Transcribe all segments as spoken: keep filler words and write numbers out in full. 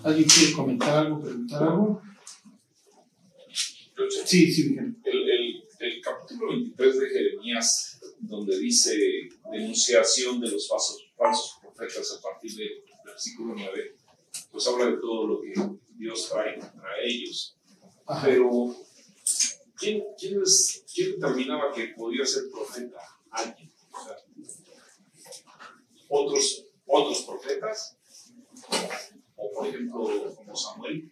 ¿Alguien quiere comentar algo, preguntar algo? Sí, sí, Miguel. El, el, el capítulo veintitrés de Jeremías, donde dice denunciación de los falsos, falsos profetas a partir del versículo nueve, pues habla de todo lo que Dios trae contra ellos. Ajá. Pero, ¿quién, quién, es, ¿quién determinaba que podía ser profeta? Alguien. O sea, ¿otros, otros profetas? O, por ejemplo, como Samuel.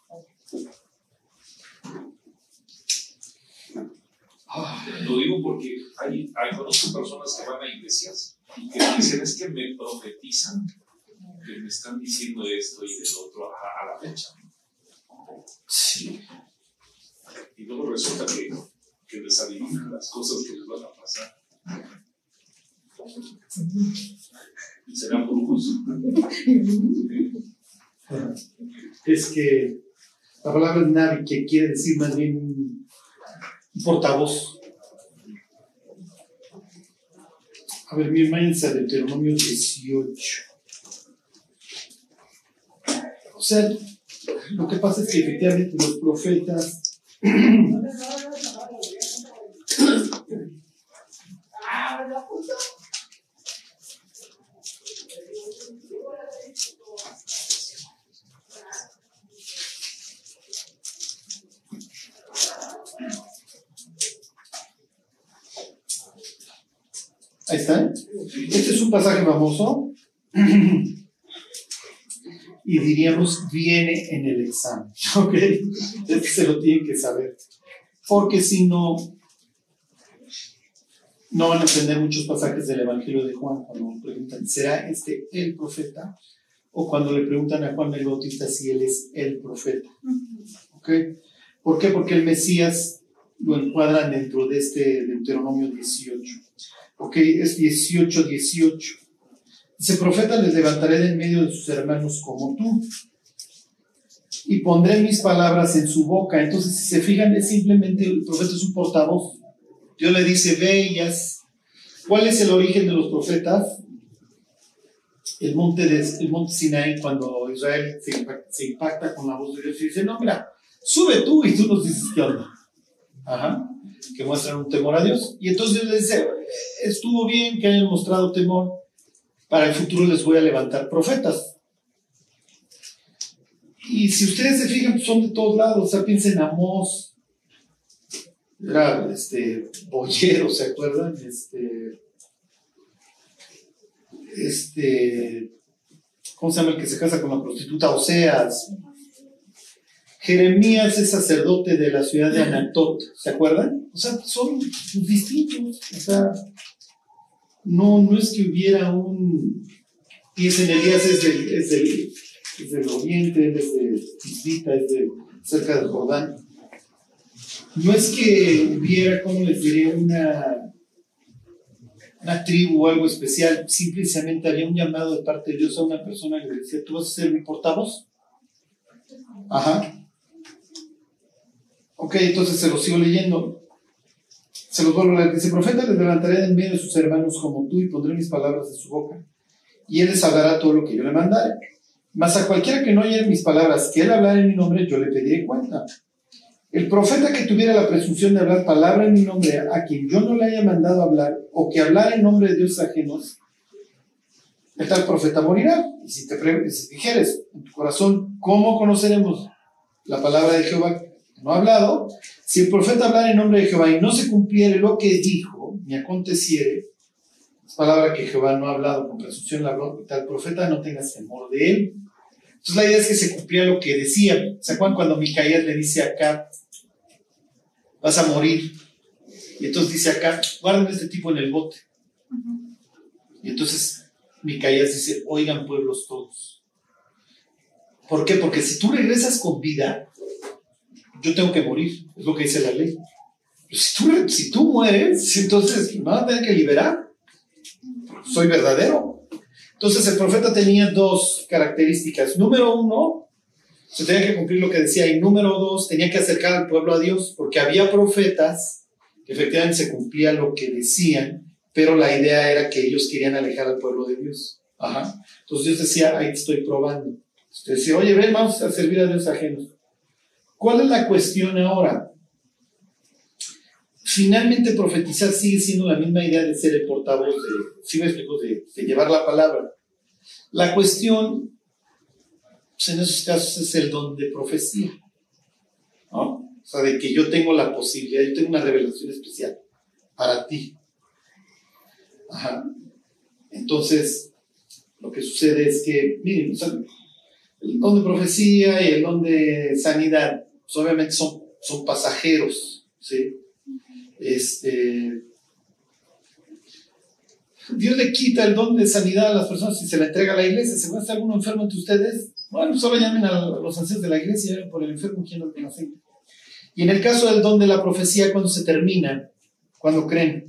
Lo digo porque hay, hay conozco personas que van a iglesias y que dicen es que me profetizan, que me están diciendo esto y del otro a, a la fecha. Sí. Y luego resulta que, que les adivinan las cosas que les van a pasar. Y serán brujos. Es que la palabra navi, que quiere decir más bien un portavoz. A ver, mi váyanse a Deuteronomio dieciocho. O sea, lo que pasa es que efectivamente los profetas ahí está. Este es un pasaje famoso y diríamos viene en el examen, ¿ok? Este se lo tienen que saber, porque si no, no van a entender muchos pasajes del Evangelio de Juan cuando preguntan, ¿será este el profeta? O cuando le preguntan a Juan el Bautista si él es el profeta, ¿ok? ¿Por qué? Porque el Mesías lo encuadran dentro de este Deuteronomio dieciocho. Ok, es dieciocho, dieciocho. Dice, profeta les levantaré de en medio de sus hermanos como tú, y pondré mis palabras en su boca. Entonces, si se fijan, es simplemente, el profeta es un portavoz. Dios le dice, ve y haz. ¿Cuál es el origen de los profetas? El monte, de, el monte Sinaí, cuando Israel se impacta, se impacta con la voz de Dios y dice, no, mira, sube tú y tú nos dices qué onda. Ajá. Que muestran un temor a Dios. Y entonces Dios les dice, estuvo bien que hayan mostrado temor, para el futuro les voy a levantar profetas. Y si ustedes se fijan, pues son de todos lados. O sea, piensen en Amós, era este, boyero, ¿se acuerdan? Este, este, ¿cómo se llama el que se casa con la prostituta? Oseas. Jeremías es sacerdote de la ciudad de Anatot, ¿se acuerdan? O sea, son distintos. O sea, no, no es que hubiera un... Piensen, Elías es del, es del, es del oriente, él es de Tisbita, es de cerca del Jordán. No es que hubiera, ¿cómo les diré? Una, una tribu o algo especial. Simplemente había un llamado de parte de Dios a una persona que le decía, ¿tú vas a ser mi portavoz? Ajá. Ok, entonces se los sigo leyendo. Se los vuelvo a leer. Dice, profeta, les levantaré de en medio de sus hermanos como tú y pondré mis palabras en su boca. Y él les hablará todo lo que yo le mandare. Mas a cualquiera que no oyere mis palabras, que él hablara en mi nombre, yo le pediré cuenta. El profeta que tuviera la presunción de hablar palabra en mi nombre, a quien yo no le haya mandado hablar, o que hablara en nombre de dioses ajenos, el tal profeta morirá. Y si te pre- si dijeres en tu corazón, ¿cómo conoceremos la palabra de Jehová que no ha hablado? Si el profeta hablara en nombre de Jehová y no se cumpliere lo que dijo, ni aconteciere, es palabra que Jehová no ha hablado, con presunción la habló, y tal profeta, no tengas temor de él. Entonces la idea es que se cumpliera lo que decía. ¿Se acuerdan cuando Micaías le dice a Acab, vas a morir? Y entonces dice Acab, guarden a este tipo en el bote. Uh-huh. Y entonces Micaías dice, oigan pueblos todos. ¿Por qué? Porque si tú regresas con vida, yo tengo que morir, es lo que dice la ley. Pero si tú, si tú mueres, entonces me van a tener que liberar. Soy verdadero. Entonces el profeta tenía dos características. Número uno, se tenía que cumplir lo que decía. Y número dos, tenía que acercar al pueblo a Dios, porque había profetas que efectivamente se cumplía lo que decían, pero la idea era que ellos querían alejar al pueblo de Dios. Ajá. Entonces Dios decía, ahí te estoy probando. Usted dice, oye, ven, vamos a servir a Dios ajenos. ¿Cuál es la cuestión ahora? Finalmente profetizar sigue siendo la misma idea de ser el portavoz, de, ¿sí me explico? De, de llevar la palabra. La cuestión, pues en esos casos, es el don de profecía, ¿no? O sea, de que yo tengo la posibilidad, yo tengo una revelación especial para ti. Ajá. Entonces, lo que sucede es que, miren, o sea, el don de profecía y el don de sanidad, pues obviamente son, son pasajeros, ¿sí? Este, Dios le quita el don de sanidad a las personas y se la entrega a la iglesia. Si está alguno enfermo entre ustedes, bueno, solo llamen a los ancianos de la iglesia y llamen por el enfermo quien no tiene aceite. Y en el caso del don de la profecía, cuando se termina, cuando creen.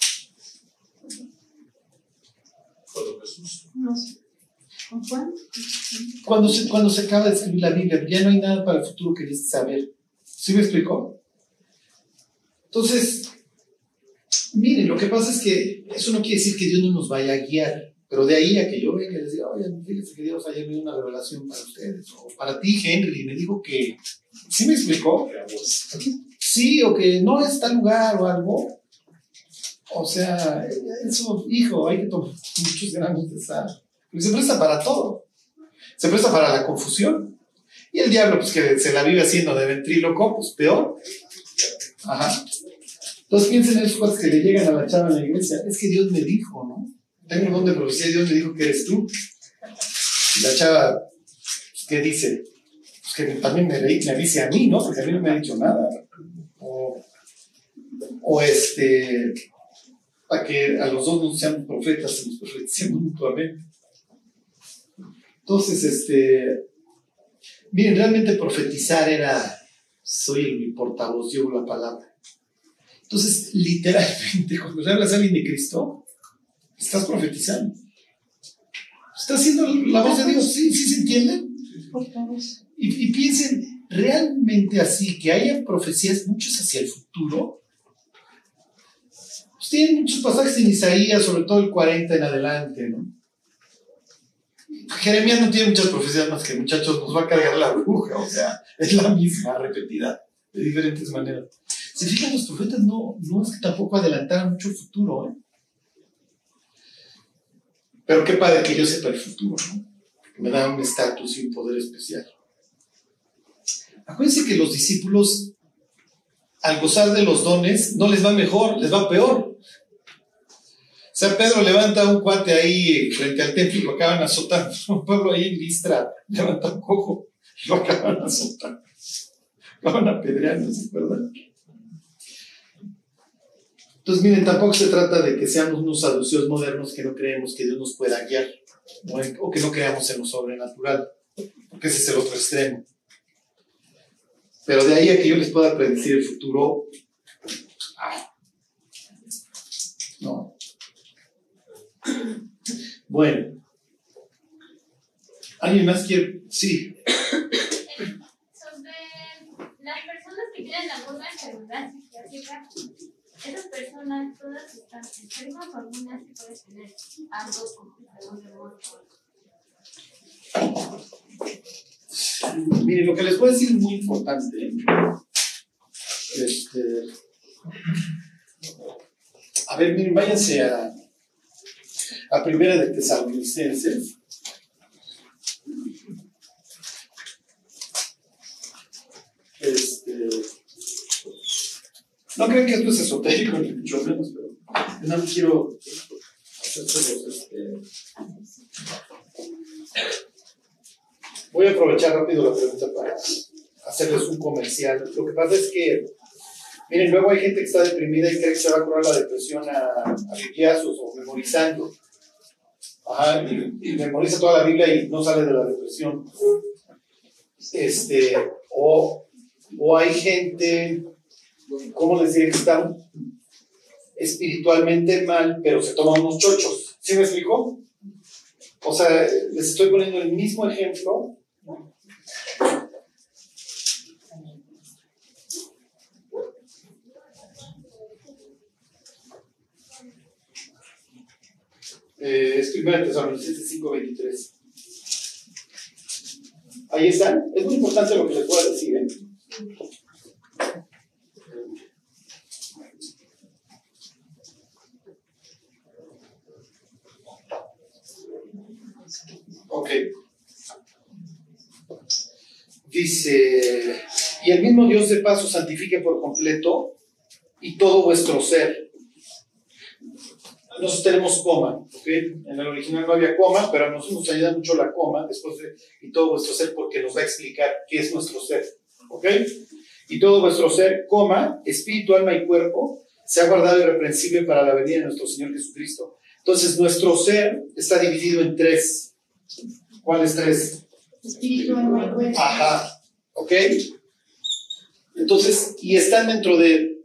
Cuando Jesús. No sé. ¿Con Juan? Cuando se, cuando se acaba de escribir la Biblia, ya no hay nada para el futuro que querés saber. ¿Sí me explicó? Entonces, miren, lo que pasa es que eso no quiere decir que Dios no nos vaya a guiar, pero de ahí a que yo venga y les diga, oye, fíjense que Dios ayer me dio una revelación para ustedes, o para ti, Henry, me dijo que, ¿sí me explicó? Sí, o que no es tal lugar o algo. O sea, eso, hijo, hay que tomar muchos gramos de sal. Porque se presta para todo. Se presta para la confusión. Y el diablo, pues que se la vive haciendo de ventríloco, pues peor. Ajá. Entonces piensen en esos cuates que le llegan a la chava en la iglesia. Es que Dios me dijo, ¿no? Tengo un don de profecía, Dios me dijo que eres tú. Y la chava, pues, ¿qué dice? Pues que también me, me dice a mí, ¿no? Porque a mí no me ha dicho nada. O, o este, para que a los dos no sean profetas, se nos profeticemos mutuamente. Entonces, este, miren, realmente profetizar era, soy el portavoz, llevo la palabra. Entonces, literalmente, cuando le hablas a alguien de Cristo, estás profetizando. Estás haciendo la voz de Dios, ¿sí, sí se entiende? Y, y piensen, realmente así, que haya profecías muchas hacia el futuro. Pues tienen muchos pasajes en Isaías, sobre todo el cuarenta en adelante, ¿no? Jeremías no tiene muchas profecías más que, muchachos, nos va a cargar la bruja, o sea, es la misma repetida, de diferentes maneras. Se fijan, los profetas no, no es que tampoco adelantaran mucho el futuro, ¿eh? Pero qué padre que yo sepa el futuro, ¿no? Me da un estatus y un poder especial. Acuérdense que los discípulos, al gozar de los dones, no les va mejor, les va peor. O sea, Pedro levanta un cuate ahí frente al templo y lo acaban azotando. Pablo ahí en Listra levanta un cojo y lo acaban azotando. Lo acaban apedreando, ¿se acuerdan? Entonces, miren, tampoco se trata de que seamos unos saduceos modernos que no creemos que Dios nos pueda guiar, ¿no? O que no creamos en lo sobrenatural, porque ese es el otro extremo. Pero de ahí a que yo les pueda predecir el futuro, no. Bueno, ¿alguien más quiere? Sí. Sobre las personas que tienen alguna enfermedad psiquiátrica, esas personas todas están enfermas o algunas que pueden tener algo como algún demonio. Mire, lo que les puedo decir es muy importante. Este, a ver, miren, váyanse a, a Primera de Tesalonicenses. Este, no creen que esto es esotérico, ni mucho menos, pero no quiero hacérselos, este, voy a aprovechar rápido la pregunta para hacerles un comercial. Lo que pasa es que, miren, luego hay gente que está deprimida y cree que se va a curar la depresión a, a bibliazos o memorizando. Ajá, y, y memoriza toda la Biblia y no sale de la depresión. Este, o, o hay gente, ¿cómo les diré? Que están espiritualmente mal, pero se toman unos chochos. ¿Sí me explico? O sea, les estoy poniendo el mismo ejemplo. Eh, es Primera de Tesalonicenses cinco veintitrés. Ahí están. Es muy importante lo que les pueda decir, ¿eh? Ok. Dice, y el mismo Dios de paz os santifique por completo y todo vuestro ser. Nosotros tenemos coma, ¿ok? En el original no había coma, pero a nosotros nos ayuda mucho la coma después de y todo vuestro ser porque nos va a explicar qué es nuestro ser, ¿ok? Y todo vuestro ser, coma, espíritu, alma y cuerpo, se ha guardado irreprensible para la venida de nuestro Señor Jesucristo. Entonces, nuestro ser está dividido en tres. ¿Cuáles tres? Espíritu, alma y cuerpo. Ajá, ¿ok? Entonces, y están dentro de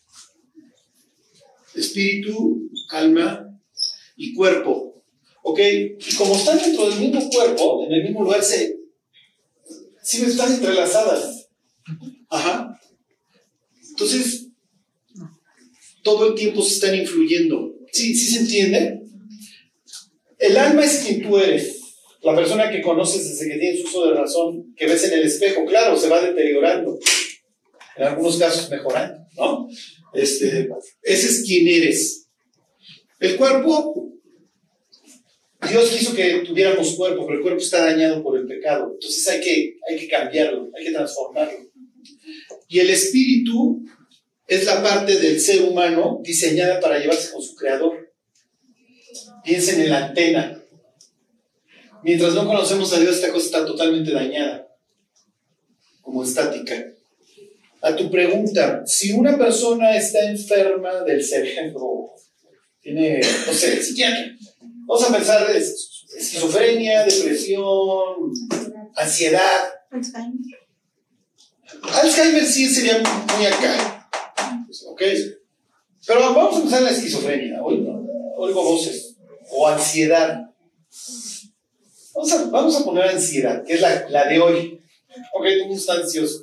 espíritu, alma y cuerpo, ¿ok? Y como están dentro del mismo cuerpo, en el mismo lugar, se, sí están entrelazadas. Ajá. Entonces, todo el tiempo se están influyendo. ¿Sí, sí se entiende? El alma es quien tú eres. La persona que conoces desde que tienes uso de razón, que ves en el espejo, claro, se va deteriorando. En algunos casos mejorando, ¿no? Este, ese es quien eres. El cuerpo, Dios quiso que tuviéramos cuerpo, pero el cuerpo está dañado por el pecado. Entonces hay que, hay que cambiarlo, hay que transformarlo. Y el espíritu es la parte del ser humano diseñada para llevarse con su creador. Piensen en la antena. Mientras no conocemos a Dios, esta cosa está totalmente dañada, como estática. A tu pregunta, si una persona está enferma del cerebro, tiene, no sé, psiquiatra, vamos a pensar es, esquizofrenia, depresión, ansiedad. Alzheimer. Alzheimer sí sería muy acá, ¿ok? Pero vamos a empezar la esquizofrenia, oigo, oigo voces, o ansiedad. Vamos a, vamos a poner ansiedad, que es la, la de hoy. Ok, tú no estás ansioso.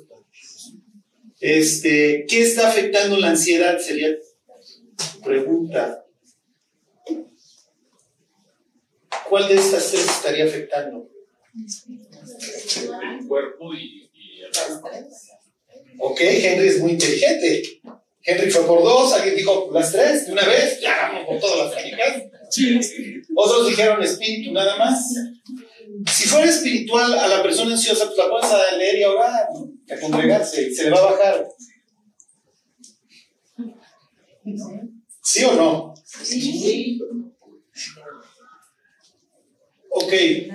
Este, ¿qué está afectando la ansiedad? Sería tu pregunta. ¿Cuál de estas tres estaría afectando? El cuerpo y, y el alma. Ok, Henry es muy inteligente. Henry fue por dos, alguien dijo las tres, de una vez, ya vamos por todas las técnicas. Sí. Otros dijeron espíritu nada más. Si fuera espiritual a la persona ansiosa, pues la pones a leer y a orar, ¿no? A congregarse, y se le va a bajar. ¿Sí o no? Sí. Ok.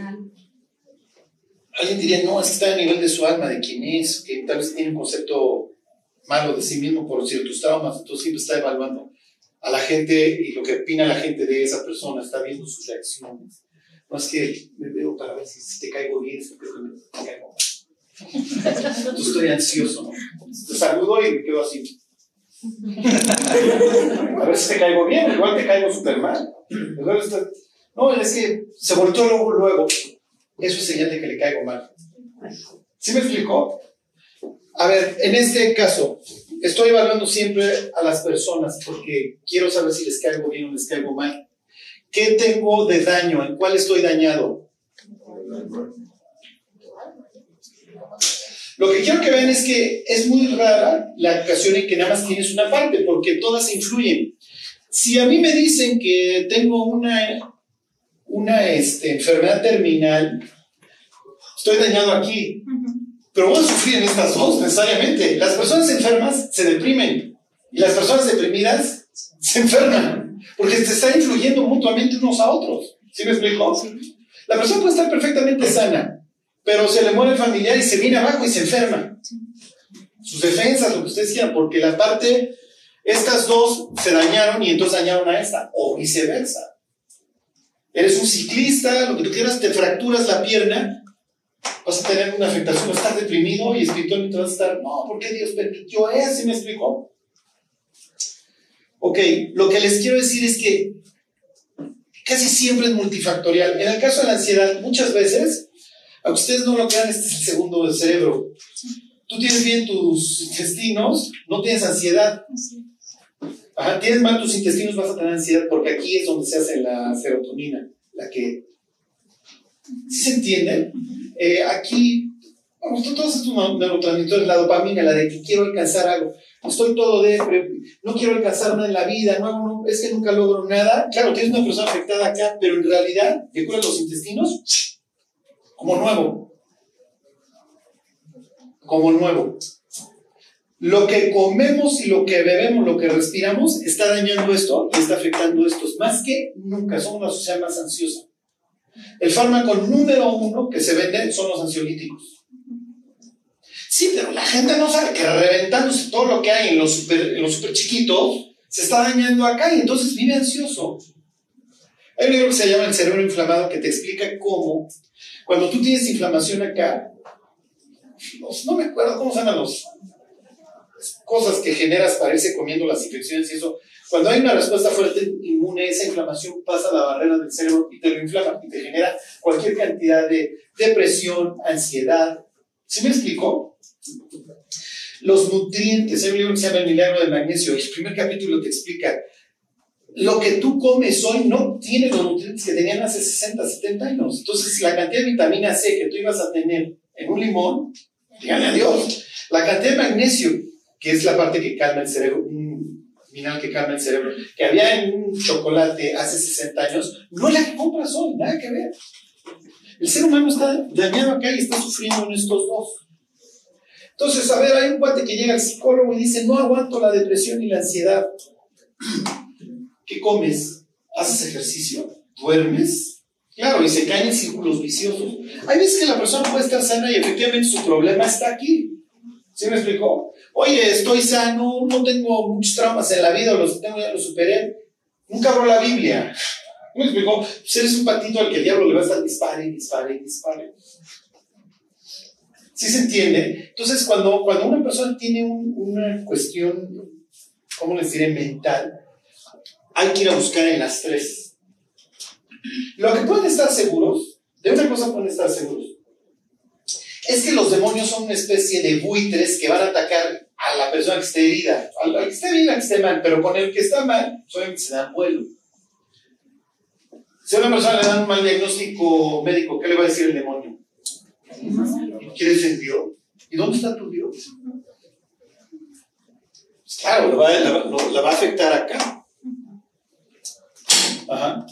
Alguien diría, no, es que está a nivel de su alma, de quién es, que tal vez tiene un concepto malo de sí mismo por ciertos traumas, entonces siempre está evaluando a la gente y lo que opina la gente de esa persona, está viendo sus reacciones. No es que me veo para ver si, si te caigo bien, si te caigo mal. Entonces estoy ansioso, ¿no? Te saludo y me quedo así. A ver si te caigo bien, igual te caigo súper mal. No, es que se volteó luego, luego. Eso es señal de que le caigo mal. ¿Sí me explicó? A ver, en este caso, estoy evaluando siempre a las personas porque quiero saber si les caigo bien o les caigo mal. ¿Qué tengo de daño? ¿En cuál estoy dañado? Lo que quiero que vean es que es muy rara la ocasión en que nada más tienes una parte, porque todas influyen. Si a mí me dicen que tengo una, una este, enfermedad terminal, estoy dañado aquí, pero voy a sufrir en estas dos necesariamente. Las personas enfermas se deprimen y las personas deprimidas se enferman, porque se están influyendo mutuamente unos a otros. ¿Sí me explico? La persona puede estar perfectamente sana, pero se le muere el familiar y se viene abajo y se enferma. Sus defensas, lo que ustedes quieran, porque la parte, estas dos se dañaron y entonces dañaron a esta, o viceversa. Eres un ciclista, lo que tú quieras, te fracturas la pierna, vas a tener una afectación, vas a estar deprimido y espiritualmente vas a estar, no, ¿por qué Dios permitió eso? ¿Sí me explicó? Ok, lo que les quiero decir es que casi siempre es multifactorial. En el caso de la ansiedad, muchas veces, aunque ustedes no lo crean, este es el segundo del cerebro. Tú tienes bien tus intestinos, no tienes ansiedad. Ajá, tienes mal tus intestinos, vas a tener ansiedad, porque aquí es donde se hace la serotonina, la que... ¿Sí se entiende? Eh, aquí Vamos, todos estos neurotransmisores, la dopamina, la de que quiero alcanzar algo, estoy todo depre, no quiero alcanzar nada en la vida, no, no, es que nunca logro nada. Claro, tienes una persona afectada acá, pero en realidad, ¿te curan los intestinos? Como nuevo. Como nuevo. Lo que comemos y lo que bebemos, lo que respiramos, está dañando esto y está afectando estos. Más que nunca, somos una sociedad más ansiosa. El fármaco número uno que se vende son los ansiolíticos. Sí, pero la gente no sabe que reventándose todo lo que hay en los super, en los super chiquitos, se está dañando acá y entonces vive ansioso. Hay un libro que se llama El cerebro inflamado que te explica cómo, cuando tú tienes inflamación acá, los, no me acuerdo cómo se llaman los cosas que generas para irse comiendo las infecciones y eso. Cuando hay una respuesta fuerte inmune, esa inflamación pasa a la barrera del cerebro y te lo inflama y te genera cualquier cantidad de depresión, ansiedad. ¿Sí me explicó? Los nutrientes, hay un libro que se llama El milagro del magnesio. El primer capítulo te explica lo que tú comes hoy no tiene los nutrientes que tenían hace sesenta, setenta años. Entonces, la cantidad de vitamina C que tú ibas a tener en un limón, dígale adiós. La cantidad de magnesio, que es la parte que calma el cerebro, un mineral que calma el cerebro, que había en un chocolate hace sesenta años, no es la que compras hoy, nada que ver. El ser humano está dañado acá y está sufriendo en estos dos. Entonces, a ver, hay un cuate que llega al psicólogo y dice, no aguanto la depresión y la ansiedad. ¿Qué comes? ¿Haces ejercicio? ¿Duermes? Claro, y se caen en círculos viciosos. Hay veces que la persona puede estar sana y efectivamente su problema está aquí. ¿Sí me explicó? Oye, estoy sano, no tengo muchos traumas en la vida, los tengo, ya los superé. Nunca abro la Biblia. ¿Me explicó? Pues eres un patito al que el diablo le va a estar dispare, dispare, dispare. ¿Sí se entiende? Entonces, cuando, cuando una persona tiene un, una cuestión, ¿cómo les diré?, mental, hay que ir a buscar en las tres. Lo que pueden estar seguros, de una cosa pueden estar seguros, es que los demonios son una especie de buitres que van a atacar a la persona que esté herida, al, al que esté bien, al que esté mal, pero con el que está mal, solamente se dan vuelo. Si a una persona le dan un mal diagnóstico médico, ¿qué le va a decir el demonio? ¿Quieres en Dios? ¿Y dónde está tu Dios? Pues claro, la va, la, la va a afectar acá. Ajá.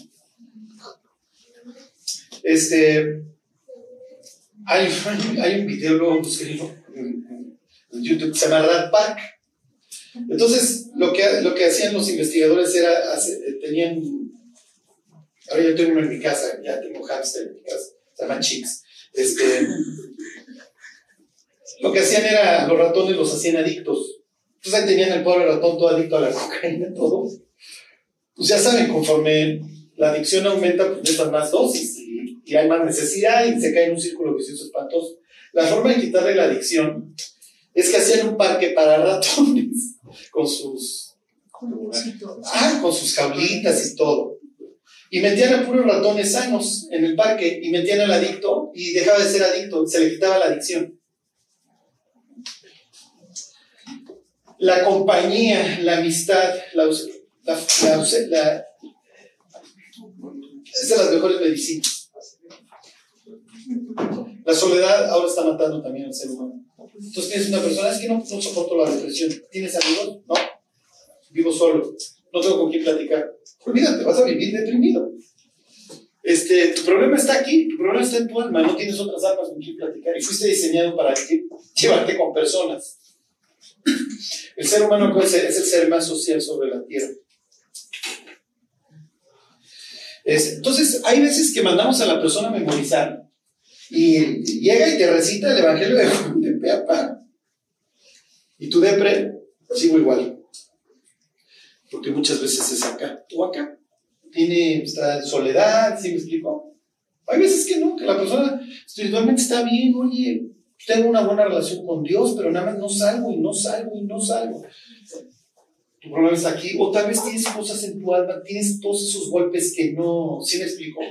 Este, hay, hay un video, luego busquélo en YouTube, se llama Rat Park. Entonces, lo que, lo que hacían los investigadores era, tenían, ahora yo tengo uno en mi casa, ya tengo hámster en mi casa, se llaman chicks. Este, lo que hacían era, los ratones los hacían adictos. Entonces ahí tenían el pobre ratón todo adicto a la cocaína, todo. Pues ya saben, conforme la adicción aumenta, pues necesitan más dosis y, y hay más necesidad y se cae en un círculo vicioso espantoso. La forma de quitarle la adicción es que hacían un parque para ratones con sus, ah, con sus jaulitas y todo. Y metían a puros ratones sanos en el parque y metían al adicto y dejaba de ser adicto, se le quitaba la adicción. La compañía, la amistad, la, la, la, la es de las mejores medicinas. La soledad ahora está matando también al ser humano. Entonces tienes una persona, es que no, no soporto la depresión. ¿Tienes amigos? No. Vivo solo. No tengo con quién platicar. Olvídate, vas a vivir deprimido. Este, tu problema está aquí, tu problema está en tu alma, no tienes otras almas con quien platicar y fuiste diseñado para que, llevarte con personas. El ser humano es el ser más social sobre la tierra. Es, entonces, hay veces que mandamos a la persona a memorizar y llega y te recita el Evangelio de Juan de pe a pa. Y tu depre, sigo igual. Porque muchas veces es acá o acá. Tiene, está en soledad, ¿sí me explico? Hay veces que no, que la persona espiritualmente está bien, oye, tengo una buena relación con Dios, pero nada más no salgo y no salgo y no salgo. Tu problema está aquí, o tal vez tienes cosas en tu alma, tienes todos esos golpes que no, ¿sí me explico?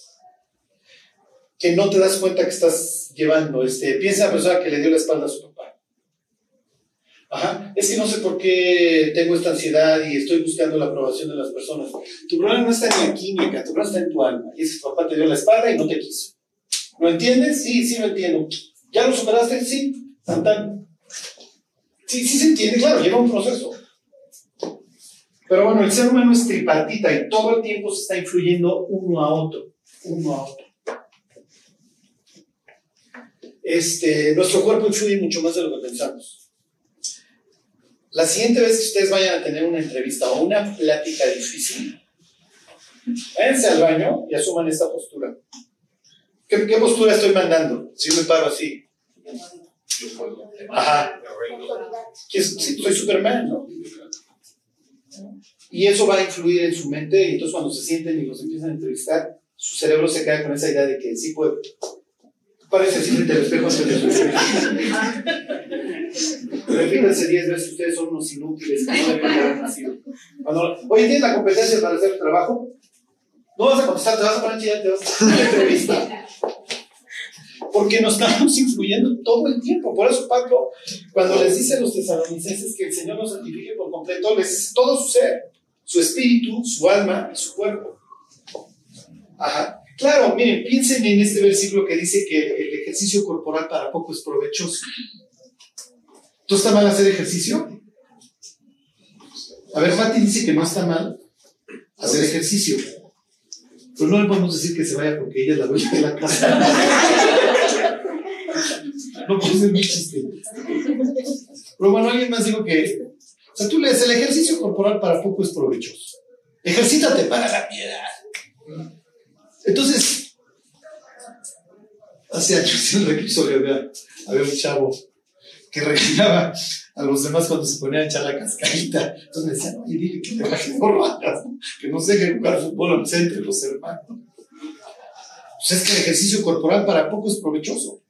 Que no te das cuenta que estás llevando. Este, piensa en la persona que le dio la espalda a su papá. Ajá, es que no sé por qué tengo esta ansiedad y estoy buscando la aprobación de las personas. Tu problema no está en la química, tu problema está en tu alma. Y es que tu papá te dio la espalda y no te quiso. ¿Lo entiendes? Sí, sí lo entiendo. ¿Ya lo superaste? Sí. Tan, tan. Sí, sí se entiende, claro, lleva un proceso. Pero bueno, el ser humano es tripartita y todo el tiempo se está influyendo uno a otro. Uno a otro. Este, nuestro cuerpo influye mucho más de lo que pensamos. La siguiente vez que ustedes vayan a tener una entrevista o una plática difícil, váyanse al baño y asuman esta postura. ¿Qué, qué postura estoy mandando? Si yo me paro así. Ajá. Sí, soy Superman, ¿no? Y eso va a influir en su mente, y entonces cuando se sienten y los empiezan a entrevistar, su cerebro se queda con esa idea de que sí puede. Parece así frente al espejo antes de su espejo. Repítanse diez veces, ustedes son unos inútiles que no deben haber nacido. Cuando, oye, ¿tienes la competencia para hacer el trabajo? No vas a contestar, te vas a poner chillante, te vas a hacer una entrevista. Porque nos estamos influyendo todo el tiempo. Por eso Pablo, cuando les dice a los tesalonicenses que el Señor los santifique por completo, les dice todo su ser, su espíritu, su alma y su cuerpo. Ajá. Claro, miren, piensen en este versículo que dice que el ejercicio corporal para poco es provechoso. ¿Entonces está mal hacer ejercicio? A ver, Mati dice que no está mal hacer ejercicio. Pero no le podemos decir que se vaya porque ella es la dueña de la casa. No puede ser muy chiste. Pero bueno, alguien más dijo que, o sea, tú lees, el ejercicio corporal para poco es provechoso. Ejercítate para la piedad. Entonces, hace años en el reclusorio había, había un chavo que regañaba a los demás cuando se ponían a echar la cascarita. Entonces me decían, oye, dile que te bajes por vacas, que no se deje jugar fútbol once entre los hermanos. Pues es que el ejercicio corporal para poco es provechoso.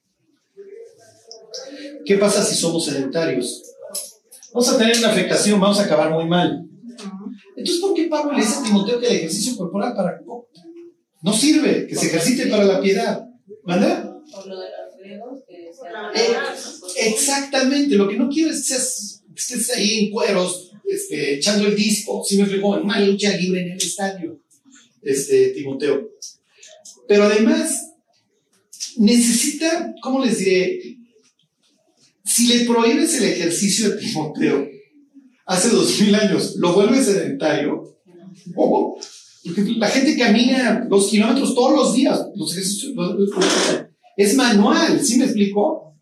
¿Qué pasa si somos sedentarios? Vamos a tener una afectación, vamos a acabar muy mal. Entonces, ¿por qué Pablo le dice a Timoteo que el ejercicio corporal para poco no sirve, que se ejercite para la piedad? ¿Verdad? Por lo de los griegos que se Eh, exactamente, lo que no quiero es que estés, estés ahí en cueros, este, echando el disco, si me explico, en una lucha libre en el estadio, este, Timoteo. Pero además, necesita, ¿cómo les diré? Si le prohíbes el ejercicio a Timoteo, hace dos mil años, lo vuelves sedentario, oh, porque la gente camina dos kilómetros todos los días, los ejercicios, los, los, es manual, ¿sí me explico?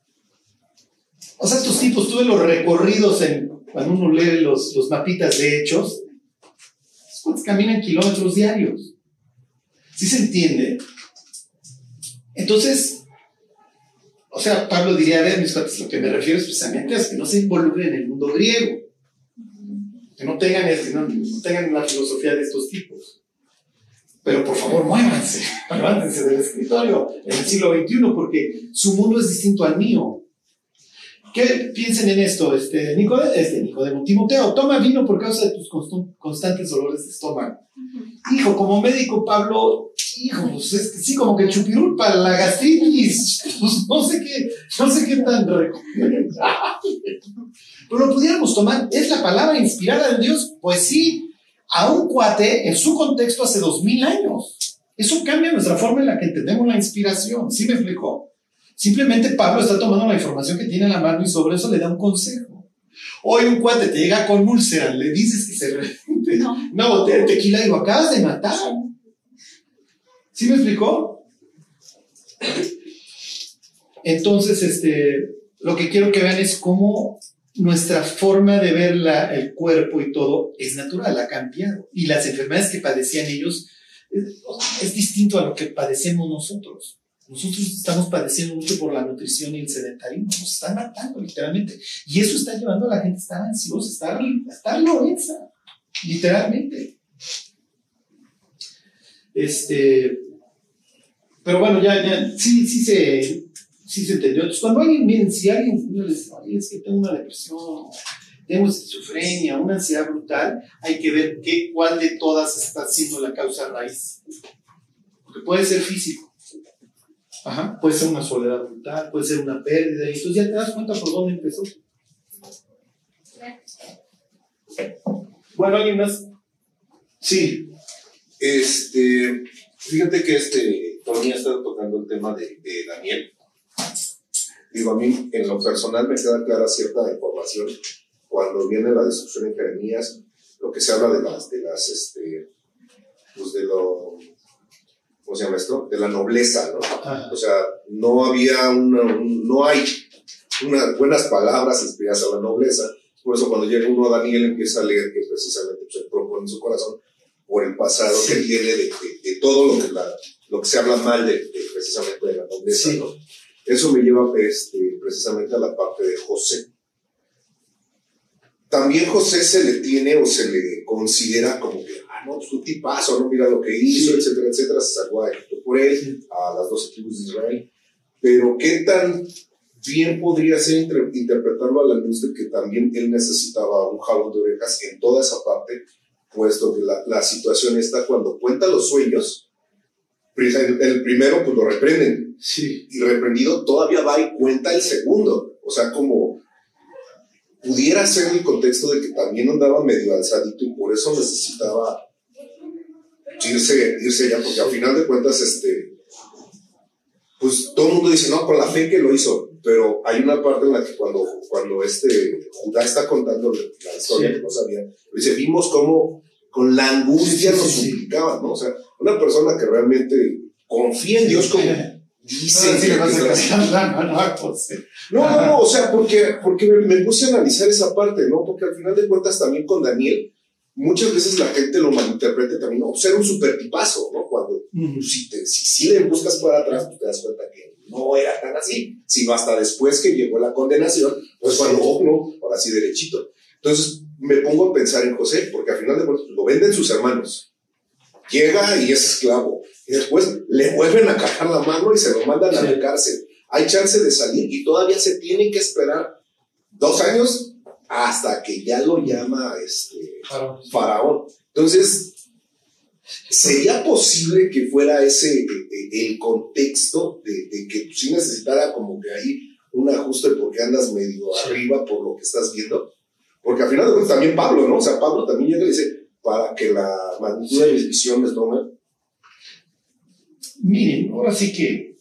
O sea, estos tipos, tuve los recorridos en, cuando uno lee los, los mapitas de hechos, pues caminan kilómetros diarios. ¿Sí se entiende? Entonces, o sea, Pablo diría, a ver, mis cuates, lo que me refiero es precisamente a que no se involucren en el mundo griego, que no tengan, que no, no tengan la filosofía de estos tipos. Pero por favor, muévanse, levántense del escritorio en el siglo veintiuno, porque su mundo es distinto al mío. ¿Qué piensen en esto? Este, Nicodemo, este, Nicodemo, Timoteo, toma vino por causa de tus constant, constantes dolores de estómago. Uh-huh. Hijo, como médico, Pablo, hijo, pues es que sí, como que el chupirul para la gastritis, pues no sé qué, no sé qué tan recomendable. Pero lo pudiéramos tomar, ¿es la palabra inspirada de Dios? Pues sí, a un cuate en su contexto hace dos mil años. Eso cambia nuestra forma en la que entendemos la inspiración. ¿Sí me explicó? Simplemente Pablo está tomando la información que tiene en la mano y sobre eso le da un consejo. Hoy un cuate te llega con úlcera, le dices que se repite no. una botella de tequila y lo acabas de matar. ¿Sí me explicó? Entonces, este, lo que quiero que vean es cómo nuestra forma de ver la, el cuerpo y todo es natural, ha cambiado. Y las enfermedades que padecían ellos es, es distinto a lo que padecemos nosotros. Nosotros estamos padeciendo mucho por la nutrición y el sedentarismo. Nos están matando, literalmente. Y eso está llevando a la gente a estar ansiosa, a estar, a estar lorenza, literalmente. Este, pero bueno, ya, ya, sí, sí se, sí se entendió. Entonces, cuando alguien, miren, si alguien les dice, oye, es que tengo una depresión, tengo esquizofrenia, una ansiedad brutal, hay que ver qué, cuál de todas está siendo la causa raíz. Porque puede ser físico. Ajá, puede ser una soledad brutal, puede ser una pérdida, y entonces ya te das cuenta por dónde empezó. Bueno, ¿alguien más? Sí. Este, fíjate que este, Tony está tocando el tema de, de Daniel. Digo, a mí en lo personal me queda clara cierta información cuando viene la destrucción en Jeremías, lo que se habla de las, de las, este, pues de lo, ¿cómo se llama esto? De la nobleza, ¿no? Ajá. O sea, no había una, un, no hay unas buenas palabras inspiradas a la nobleza. Por eso cuando llega uno a Daniel empieza a leer que precisamente se propone en su corazón por el pasado sí. que tiene de, de, de todo lo que, la, lo que se habla mal de, de precisamente de la nobleza, sí. ¿no? Eso me lleva este, precisamente a la parte de José. También José se le tiene o se le considera como que, ah, no, pues un tipazo, no, mira lo que hizo, sí. etcétera, etcétera, se sacó a Egipto por él, sí. a las doce tribus de Israel. Pero ¿qué tan bien podría ser inter- interpretarlo a la luz de que también él necesitaba un jalón de orejas en toda esa parte, puesto que la, la situación está cuando cuenta los sueños, el primero pues lo reprenden, sí. y reprendido todavía va y cuenta el segundo, o sea, como pudiera ser el contexto de que también andaba medio alzadito y por eso necesitaba irse, irse ya, porque al final de cuentas, este, pues todo el mundo dice, no, con la fe que lo hizo, pero hay una parte en la que cuando, cuando este Judá está contando la historia sí. que no sabía, dice, vimos cómo con la angustia sí, sí, nos sí. suplicaban, ¿no? O sea, una persona que realmente confía en Dios como dice. Sí, que no, no, no, no, o sea, porque, porque me puse a analizar esa parte, ¿no? Porque al final de cuentas también con Daniel, muchas veces la gente lo malinterpreta también, ¿no? Ser un super tipazo, ¿no? Cuando mm. si, te, si, si le buscas para atrás, pues te das cuenta que no era tan así, sino hasta después que llegó la condenación, pues cuando, oh, no, ahora sí derechito. Entonces me pongo a pensar en José, porque al final de cuentas lo venden sus hermanos, llega y es esclavo, y después le vuelven a cajar la mano y se lo mandan sí. a la cárcel. Hay chance de salir y todavía se tiene que esperar dos años hasta que ya lo llama este Faraón. Faraón. Entonces, ¿sería posible que fuera ese el contexto de, de que tú sí necesitara como que ahí un ajuste porque andas medio sí. arriba por lo que estás viendo? Porque al final de cuentas también Pablo, ¿no? O sea, Pablo también llega y dice, para que la magnitud sí. de mis visiones tome. Miren, ahora sí que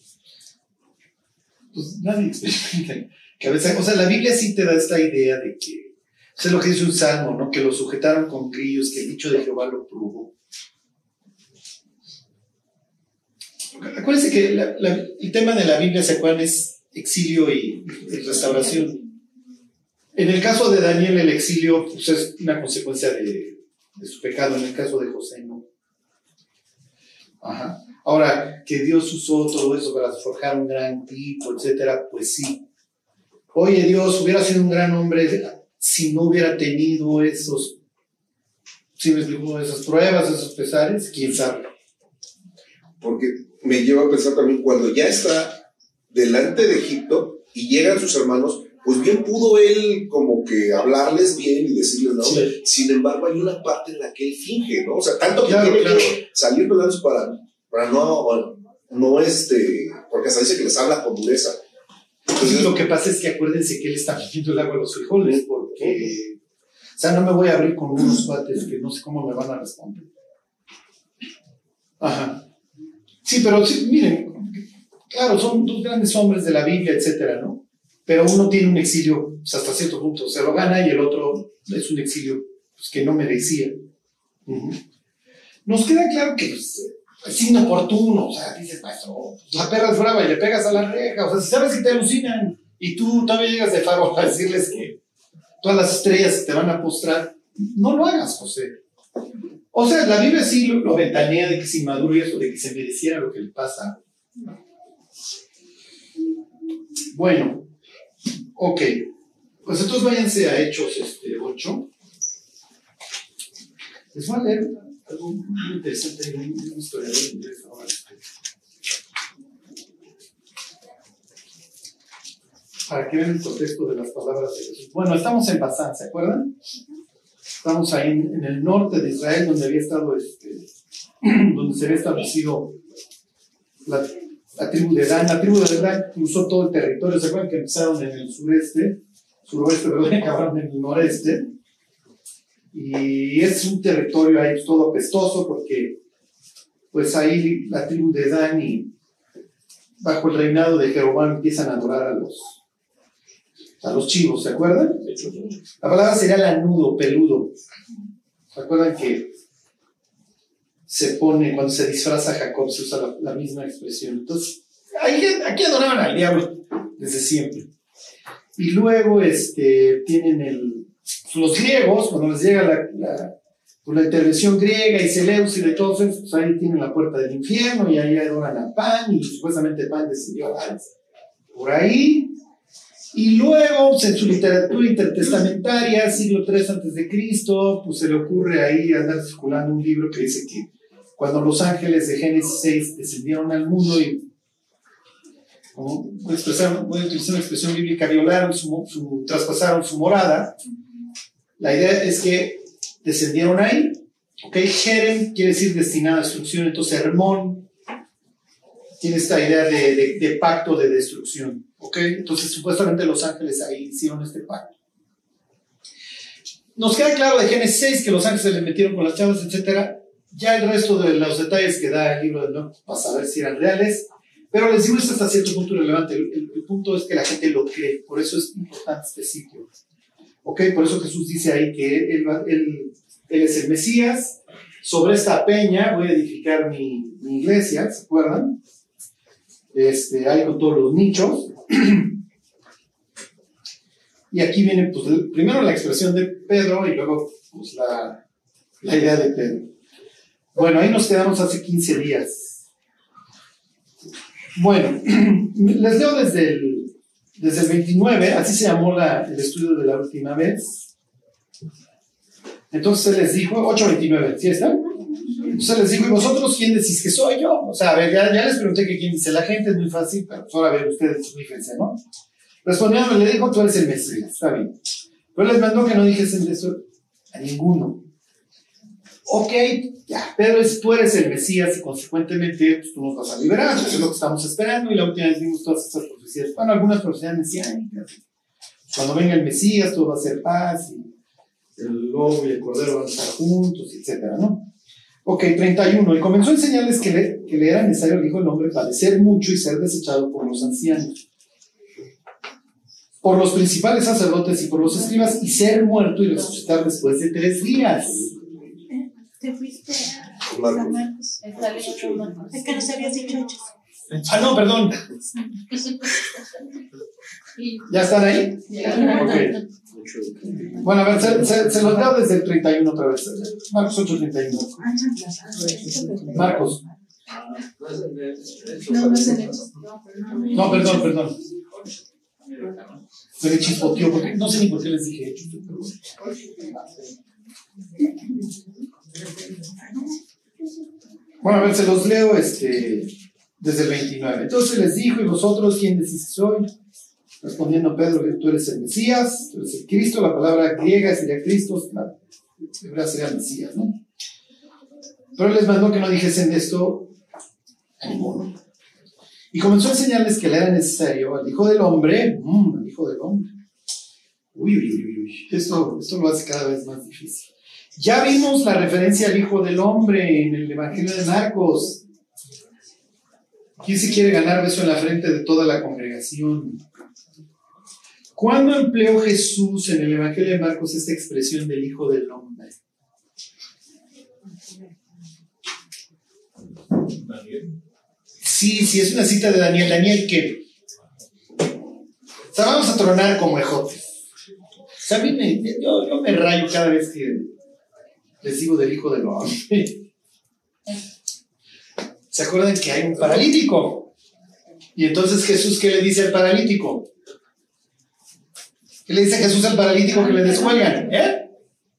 pues nadie experimenta que a veces, o sea, la Biblia sí te da esta idea de que, o sea, lo que dice un salmo, ¿no? Que lo sujetaron con grillos, que el dicho de Jehová lo probó. Acuérdense que la, la, el tema de la Biblia, ¿se acuerdan? Es exilio y, y restauración. En el caso de Daniel, el exilio pues, es una consecuencia de, de su pecado. En el caso de José, no. Ajá. Ahora, que Dios usó todo eso para forjar un gran tipo, etcétera, pues sí. Oye, Dios hubiera sido un gran hombre si no hubiera tenido esos, si me explico, esas pruebas, esos pesares, quién sabe. Porque me lleva a pensar también, cuando ya está delante de Egipto y llegan sus hermanos, pues bien pudo él como que hablarles bien y decirles, ¿no? Sí. Sin embargo, hay una parte en la que él finge, ¿no? O sea, tanto que claro, tiene claro. que salir pelados para, para no, no este, porque hasta dice que les habla con dureza. Entonces, lo que pasa es que acuérdense que él está metiendo el agua a los frijoles, porque, o sea, no me voy a abrir con unos cuates que no sé cómo me van a responder. Ajá. Sí, pero sí, miren, claro, son dos grandes hombres de la Biblia, etcétera, ¿no? Pero uno tiene un exilio pues, hasta cierto punto, se lo gana, y el otro es un exilio pues, que no merecía. Uh-huh. Nos queda claro que pues, es inoportuno, o sea, dices, maestro, pues, la perra es brava y le pegas a la reja, o sea, si sabes que te alucinan y tú todavía llegas de faro a decirles que todas las estrellas te van a postrar, no lo hagas, José. O sea, la Biblia sí lo, lo ventanea de que es inmaduro y eso de que se mereciera lo que le pasa. Bueno, ok, pues entonces váyanse a Hechos este, ocho. Les voy a leer algo muy interesante de un historiador inglés ahora. Para que vean el contexto de las palabras de Jesús. Bueno, estamos en Basán, ¿se acuerdan? Estamos ahí en, en el norte de Israel, donde había estado, este, donde se había establecido la, la tribu de Dan. La tribu de Dan cruzó todo el territorio. ¿Se acuerdan que empezaron en el sureste? Suroeste, perdón, acabaron en el noreste. Y es un territorio ahí todo apestoso porque pues ahí la tribu de Dan y, bajo el reinado de Jeroboam empiezan a adorar a los, a los chivos, ¿se acuerdan? La palabra sería lanudo, peludo. ¿Se acuerdan que se pone, cuando se disfraza Jacob, se usa la, la misma expresión? Entonces, ahí, aquí adoraban al diablo desde siempre. Y luego este, tienen el, los griegos, cuando les llega la, la, la intervención griega y Seleucida y de todos esos, pues ahí tienen la puerta del infierno y ahí adoran a Pan y supuestamente Pan descendió a Hades. Por ahí. Y luego, pues, en su literatura intertestamentaria, siglo tres antes de Cristo, pues se le ocurre ahí andar circulando un libro que dice que cuando los ángeles de Génesis seis descendieron al mundo y, como voy a, expresar, voy a utilizar una expresión bíblica, violaron su, su, traspasaron su morada, la idea es que descendieron ahí, ok, Jerem quiere decir destinada a destrucción, entonces Hermón tiene esta idea de, de, de pacto de destrucción. ¿Ok? Entonces, supuestamente los ángeles ahí hicieron este pacto. Nos queda claro de Génesis seis que los ángeles se les metieron con las chavas, etcétera. Ya el resto de los detalles que da el libro de Enoch para saber si eran reales. Pero les digo, esto hasta cierto punto irrelevante. El, el, el punto es que la gente lo cree. Por eso es importante este sitio. ¿Ok? Por eso Jesús dice ahí que él, él, él es el Mesías. Sobre esta peña voy a edificar mi, mi iglesia, ¿se acuerdan? Este, ahí con todos los nichos. Y aquí viene pues, primero la expresión de Pedro y luego pues, la, la idea de Pedro. Bueno, ahí nos quedamos hace quince días. Bueno, les leo desde el, desde el veintinueve, así se llamó la, el estudio de la última vez. Entonces les dijo, ocho veintinueve, ¿sí están? Entonces les digo, ¿y vosotros quién decís que soy yo? O sea, a ver, ya, ya les pregunté que quién dice la gente, es muy fácil, pero pues ahora a ver, ustedes fíjense, ¿no? Respondiendo, le dijo, tú eres el Mesías, está bien. Pero les mandó que no dijesen eso a ninguno. Ok, ya, Pedro, tú eres el Mesías y consecuentemente pues, tú nos vas a liberar, eso es lo que estamos esperando. Y la última vez vimos todas estas profecías, bueno, algunas profecías mesiánicas. Cuando venga el Mesías, todo va a ser paz, y el lobo y el cordero van a estar juntos, etcétera, ¿no? Ok, treinta y uno. Y comenzó a enseñarles que le, que le era necesario, dijo el hombre, padecer mucho y ser desechado por los ancianos, por los principales sacerdotes y por los escribas, y ser muerto y resucitar después de tres días. Te fuiste a Marcos. Marcos. Está leyendo Marcos. Es que nos habías dicho hechos. Ah, no, perdón. ¿Ya están ahí? Ok. Bueno, a ver, se, se, se los leo desde el treinta y uno otra vez. Marcos ocho, treinta y uno. Marcos. No, no se hechos. No, perdón, perdón. Se me chispoteó porque no sé ni por qué les dije hechos. Bueno, a ver, se los leo este, desde el veintinueve. Entonces les dijo, ¿y vosotros quién decís que soy? Respondiendo Pedro, que tú eres el Mesías, tú eres el Cristo. La palabra griega sería Cristo, la hebrea sería Mesías, ¿no? Pero les mandó que no dijesen esto a ninguno. Y comenzó a enseñarles que le era necesario al Hijo del Hombre, mmm, al Hijo del Hombre. Uy, uy, uy, uy, esto, esto lo hace cada vez más difícil. Ya vimos la referencia al Hijo del Hombre en el Evangelio de Marcos. ¿Quién se quiere ganar beso en la frente de toda la congregación? ¿Cuándo empleó Jesús en el Evangelio de Marcos esta expresión del Hijo del Hombre? Sí, sí, es una cita de Daniel. Daniel, ¿qué? O sea, vamos a tronar como ejotes. O sea, a mí me, yo, yo me rayo cada vez que les digo del Hijo del Hombre. ¿Se acuerdan que hay un paralítico? Y entonces Jesús, ¿qué le dice al paralítico? ¿Qué le dice Jesús al paralítico que le descuelgan? ¿Eh?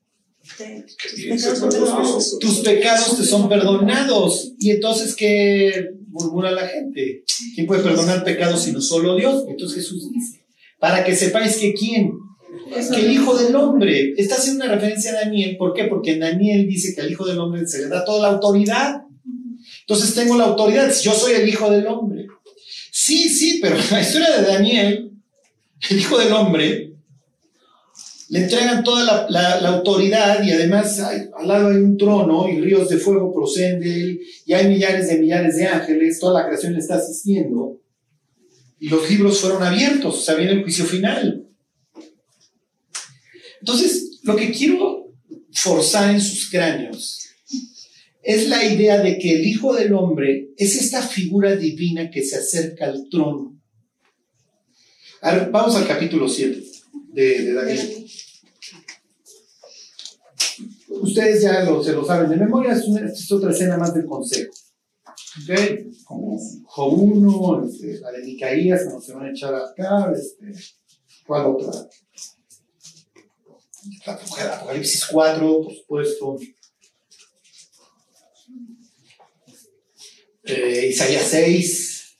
Tus pecados te son perdonados. Y entonces, ¿qué murmura la gente? ¿Quién puede perdonar pecados sino solo Dios? Entonces Jesús dice, para que sepáis que quién, que el Hijo del Hombre, está haciendo una referencia a Daniel. ¿Por qué? Porque en Daniel dice que al Hijo del Hombre se le da toda la autoridad. Entonces tengo la autoridad, yo soy el Hijo del Hombre. Sí, sí, pero en la historia de Daniel, el Hijo del Hombre, le entregan toda la, la, la autoridad y además hay, al lado hay un trono y ríos de fuego proceden de él y hay millares de millares de ángeles, toda la creación le está asistiendo. y los libros fueron abiertos, o sea, viene el juicio final. Entonces, lo que quiero forzar en sus cráneos es la idea de que el Hijo del Hombre es esta figura divina que se acerca al trono. A ver, vamos al capítulo siete de, de Daniel. Ustedes ya lo, se lo saben de memoria, es, una, es otra escena más del consejo. ¿Okay? Como Job uno, este, la de Micaías, que nos se van a echar acá, este, ¿cuál otra? La Apocalipsis cuatro, por supuesto. Eh, Isaías seis.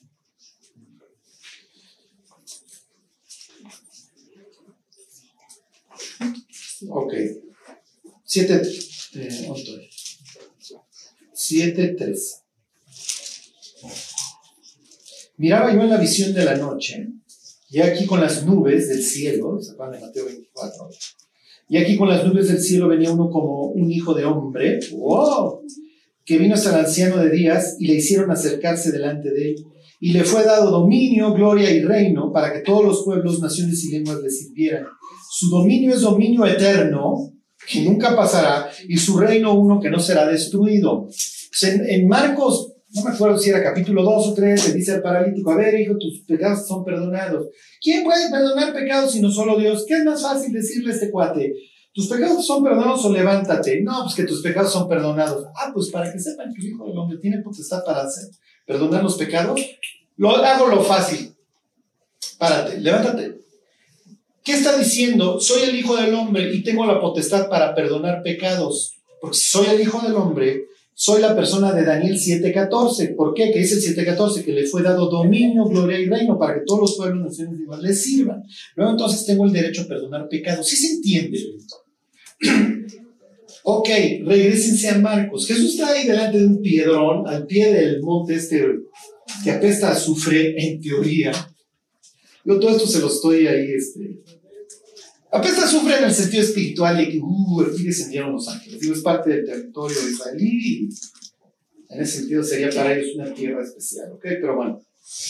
Ok. siete. Eh, siete tres. Miraba yo en la visión de la noche, y aquí con las nubes del cielo, ¿se acuerdan de Mateo veinticuatro? Y aquí con las nubes del cielo venía uno como un hijo de hombre, ¡wow!, que vino hasta el anciano de días y le hicieron acercarse delante de él. Y le fue dado dominio, gloria y reino para que todos los pueblos, naciones y lenguas le sirvieran. Su dominio es dominio eterno, que nunca pasará, y su reino uno que no será destruido. Pues en, en Marcos, no me acuerdo si era capítulo dos o tres, le dice al paralítico: a ver, hijo, tus pecados son perdonados. ¿Quién puede perdonar pecados sino solo Dios? ¿Qué es más fácil decirle a este cuate? ¿Tus pecados son perdonados o levántate? No, pues que tus pecados son perdonados. Ah, pues para que sepan que el Hijo del Hombre tiene potestad para hacer, perdonar los pecados, lo hago lo fácil. Párate, levántate. ¿Qué está diciendo? Soy el Hijo del Hombre y tengo la potestad para perdonar pecados. Porque si soy el Hijo del Hombre, soy la persona de Daniel siete catorce. ¿Por qué? Que dice el siete catorce, que le fue dado dominio, gloria y reino para que todos los pueblos, naciones y demás le sirvan. Luego entonces tengo el derecho a perdonar pecados. ¿Sí se entiende? Ok, regrésense a Marcos. Jesús está ahí delante de un piedrón, al pie del monte este que apesta a azufre, en teoría. Yo todo esto se lo estoy ahí, este... apesta a azufre en el sentido espiritual de que, uh, aquí descendieron los ángeles. Digo, es parte del territorio israelí. En ese sentido sería para ellos una tierra especial, ¿ok? Pero bueno.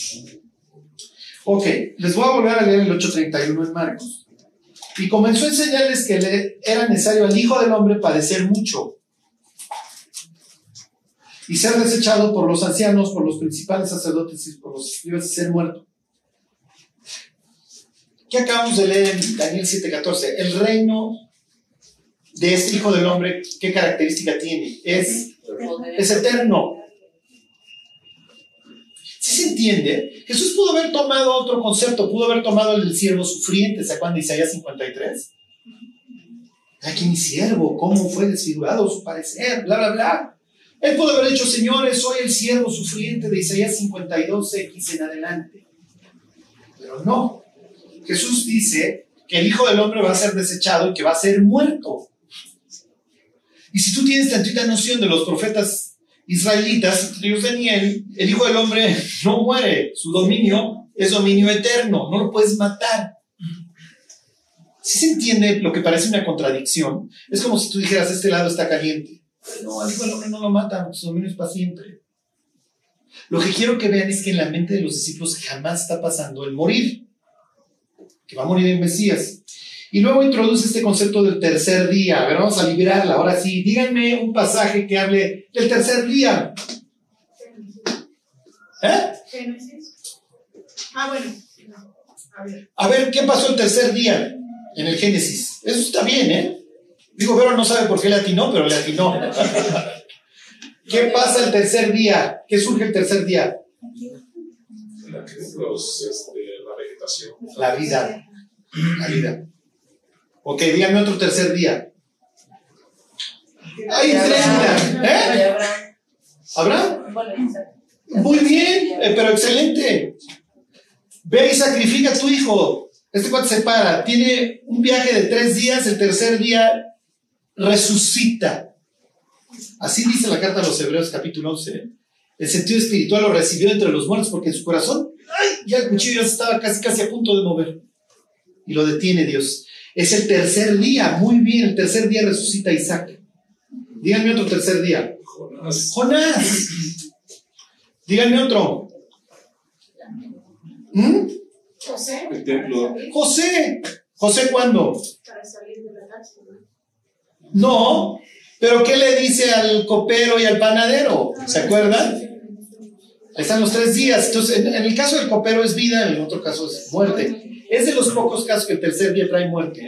Ok, les voy a volver a leer el ocho treinta y uno en Marcos. Y comenzó a enseñarles que le era necesario al Hijo del Hombre padecer mucho y ser desechado por los ancianos, por los principales sacerdotes y por los escribas, y ser muerto. ¿Qué acabamos de leer en Daniel siete catorce? El reino de este Hijo del Hombre, ¿qué característica tiene? Es, es eterno. ¿Sí se entiende? Jesús pudo haber tomado otro concepto, pudo haber tomado el del siervo sufriente. ¿Se acuerdan de Isaías cincuenta y tres? Aquí mi siervo, cómo fue desfigurado su parecer, bla, bla, bla. Él pudo haber dicho: señores, soy el siervo sufriente de Isaías cincuenta y dos equis en adelante. Pero no. Jesús dice que el Hijo del Hombre va a ser desechado y que va a ser muerto. Y si tú tienes tantita noción de los profetas israelitas, entre ellos Daniel, el Hijo del Hombre no muere. Su dominio es dominio eterno, no lo puedes matar. ¿Sí se entiende lo que parece una contradicción? Es como si tú dijeras: este lado está caliente. No, al Hijo del Hombre no lo matan, su dominio es para siempre. Lo que quiero que vean es que en la mente de los discípulos jamás está pasando el morir, que va a morir el Mesías. Y luego introduce este concepto del tercer día. A ver, vamos a liberarla. Ahora sí, díganme un pasaje que hable del tercer día. ¿Eh? Ah, bueno. A ver. A ver, ¿qué pasó el tercer día en el Génesis? Eso está bien, ¿eh? Digo, Vero no sabe por qué le atinó, pero le atinó. ¿Qué pasa el tercer día? ¿Qué surge el tercer día? Los, este, la vegetación. La vida. La vida. Ok, díganme otro tercer día. ¡Ay, treinta! ¿Eh? ¿Abraham? Muy bien, eh, pero excelente. Ve y sacrifica a tu hijo. Este cuate se para. Tiene un viaje de tres días. El tercer día resucita. Así dice la carta a los Hebreos, capítulo once. El sentido espiritual lo recibió entre los muertos porque en su corazón, ¡ay!, ya el cuchillo ya estaba casi, casi a punto de mover. Y lo detiene Dios. Es el tercer día, muy bien, el tercer día resucita a Isaac. Díganme otro tercer día. Jonás. Jonás. Díganme otro. ¿Mm? José. El templo. José. ¿José cuándo? Para salir de la cárcel. No, pero ¿qué le dice al copero y al panadero? ¿Se acuerdan? Ahí están los tres días. Entonces, en, en el caso del copero es vida, en el otro caso es muerte. Es de los pocos casos que el tercer día trae muerte.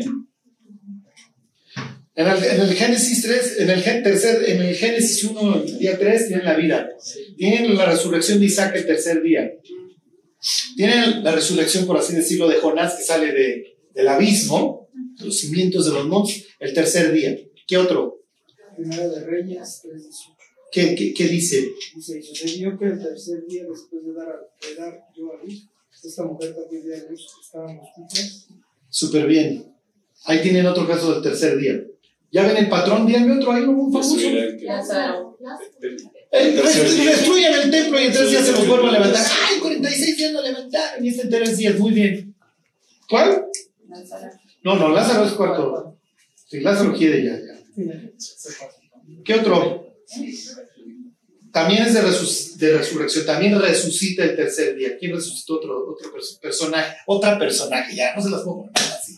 En el, en el Génesis tres, en el, gen- tercer, en el Génesis uno, el día tres, tienen la vida. Tienen la resurrección de Isaac el tercer día. Tienen la resurrección, por así decirlo, de Jonás, que sale de, del abismo, de los cimientos de los montes, el tercer día. ¿Qué otro? Primera de Reyes tres dieciocho. ¿Qué, qué, qué dice? Dice, y sucedió que el tercer día después de dar, a, de dar yo a luz, esta mujer también dio a luz, estábamos juntas. Súper bien. Ahí tienen otro caso del tercer día. ¿Ya ven el patrón? Díganme otro, ahí un famoso. Eso era el que- Lázaro. El, destruyen el templo y en tres días se los vuelven a levantar. ¡Ay, cuarenta y seis días lo levantaron! Y este en tres días, muy bien. ¿Cuál? No, no, Lázaro es cuarto. Sí, Lázaro quiere ya, ya. ¿Qué otro? También es de, resus de resurrección, también resucita el tercer día. ¿Quién resucitó? Otro, otro pers personaje, otra personaje, ya, no se las puedo poner así.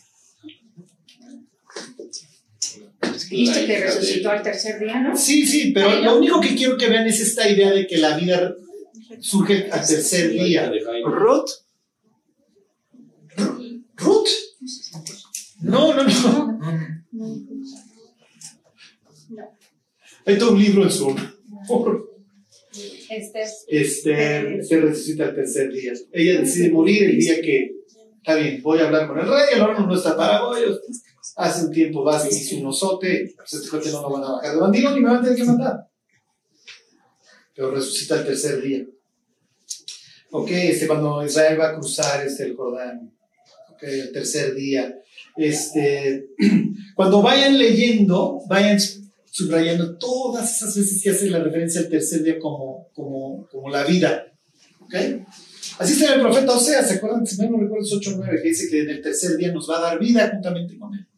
¿Viste que resucitó al tercer día, no? Sí, sí, pero lo único que quiero que vean es esta idea de que la vida surge al tercer día. ¿Ruth? ¿Ruth? No, no, no. Hay todo un libro en su honor. Este es. Este, se resucita el tercer día. Ella decide morir el día que, está bien, voy a hablar con el rey, el horno no está para bollos. Hace un tiempo vas y hizo un osote, pues este coche no lo van a bajar de bandido ni me van a tener que matar. Pero resucita el tercer día. Ok, este, cuando Israel va a cruzar este, el Jordán. Ok, el tercer día. Este, cuando vayan leyendo, vayan subrayando todas esas veces que hace la referencia al tercer día como, como, como la vida. ¿Ok? Así está el profeta Oseas, ¿se acuerdan? Si mal no recuerdo es ocho nueve, que dice que en el tercer día nos va a dar vida juntamente con él.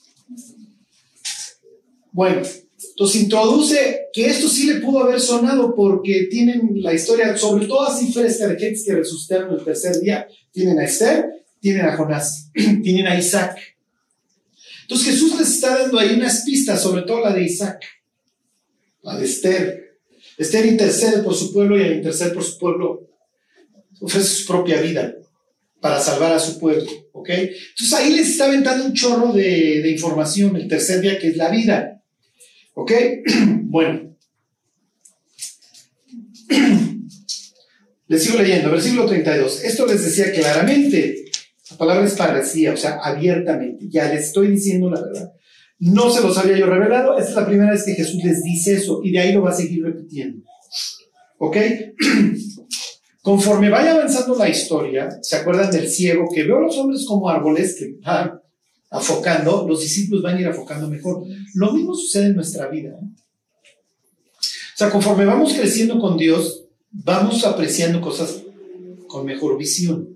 Bueno, entonces introduce que esto sí le pudo haber sonado porque tienen la historia, sobre todo así fresca, de gentes que resucitaron el tercer día. Tienen a Esther, tienen a Jonás, tienen a Isaac. Entonces Jesús les está dando ahí unas pistas, sobre todo la de Isaac, la de Esther. Esther intercede por su pueblo y al interceder por su pueblo ofrece su propia vida para salvar a su pueblo, ¿ok? Entonces ahí les está aventando un chorro de, de información, el tercer día que es la vida, ¿ok? Bueno. Les sigo leyendo, versículo treinta y dos. Esto les decía claramente. La palabra es parecía, o sea, abiertamente. Ya les estoy diciendo la verdad. No se los había yo revelado. Esta es la primera vez que Jesús les dice eso y de ahí lo va a seguir repitiendo. ¿Ok? Conforme vaya avanzando la historia, ¿se acuerdan del ciego que veo a los hombres como árboles que van afocando? Los discípulos van a ir afocando mejor. Lo mismo sucede en nuestra vida, ¿eh? O sea, conforme vamos creciendo con Dios, vamos apreciando cosas con mejor visión.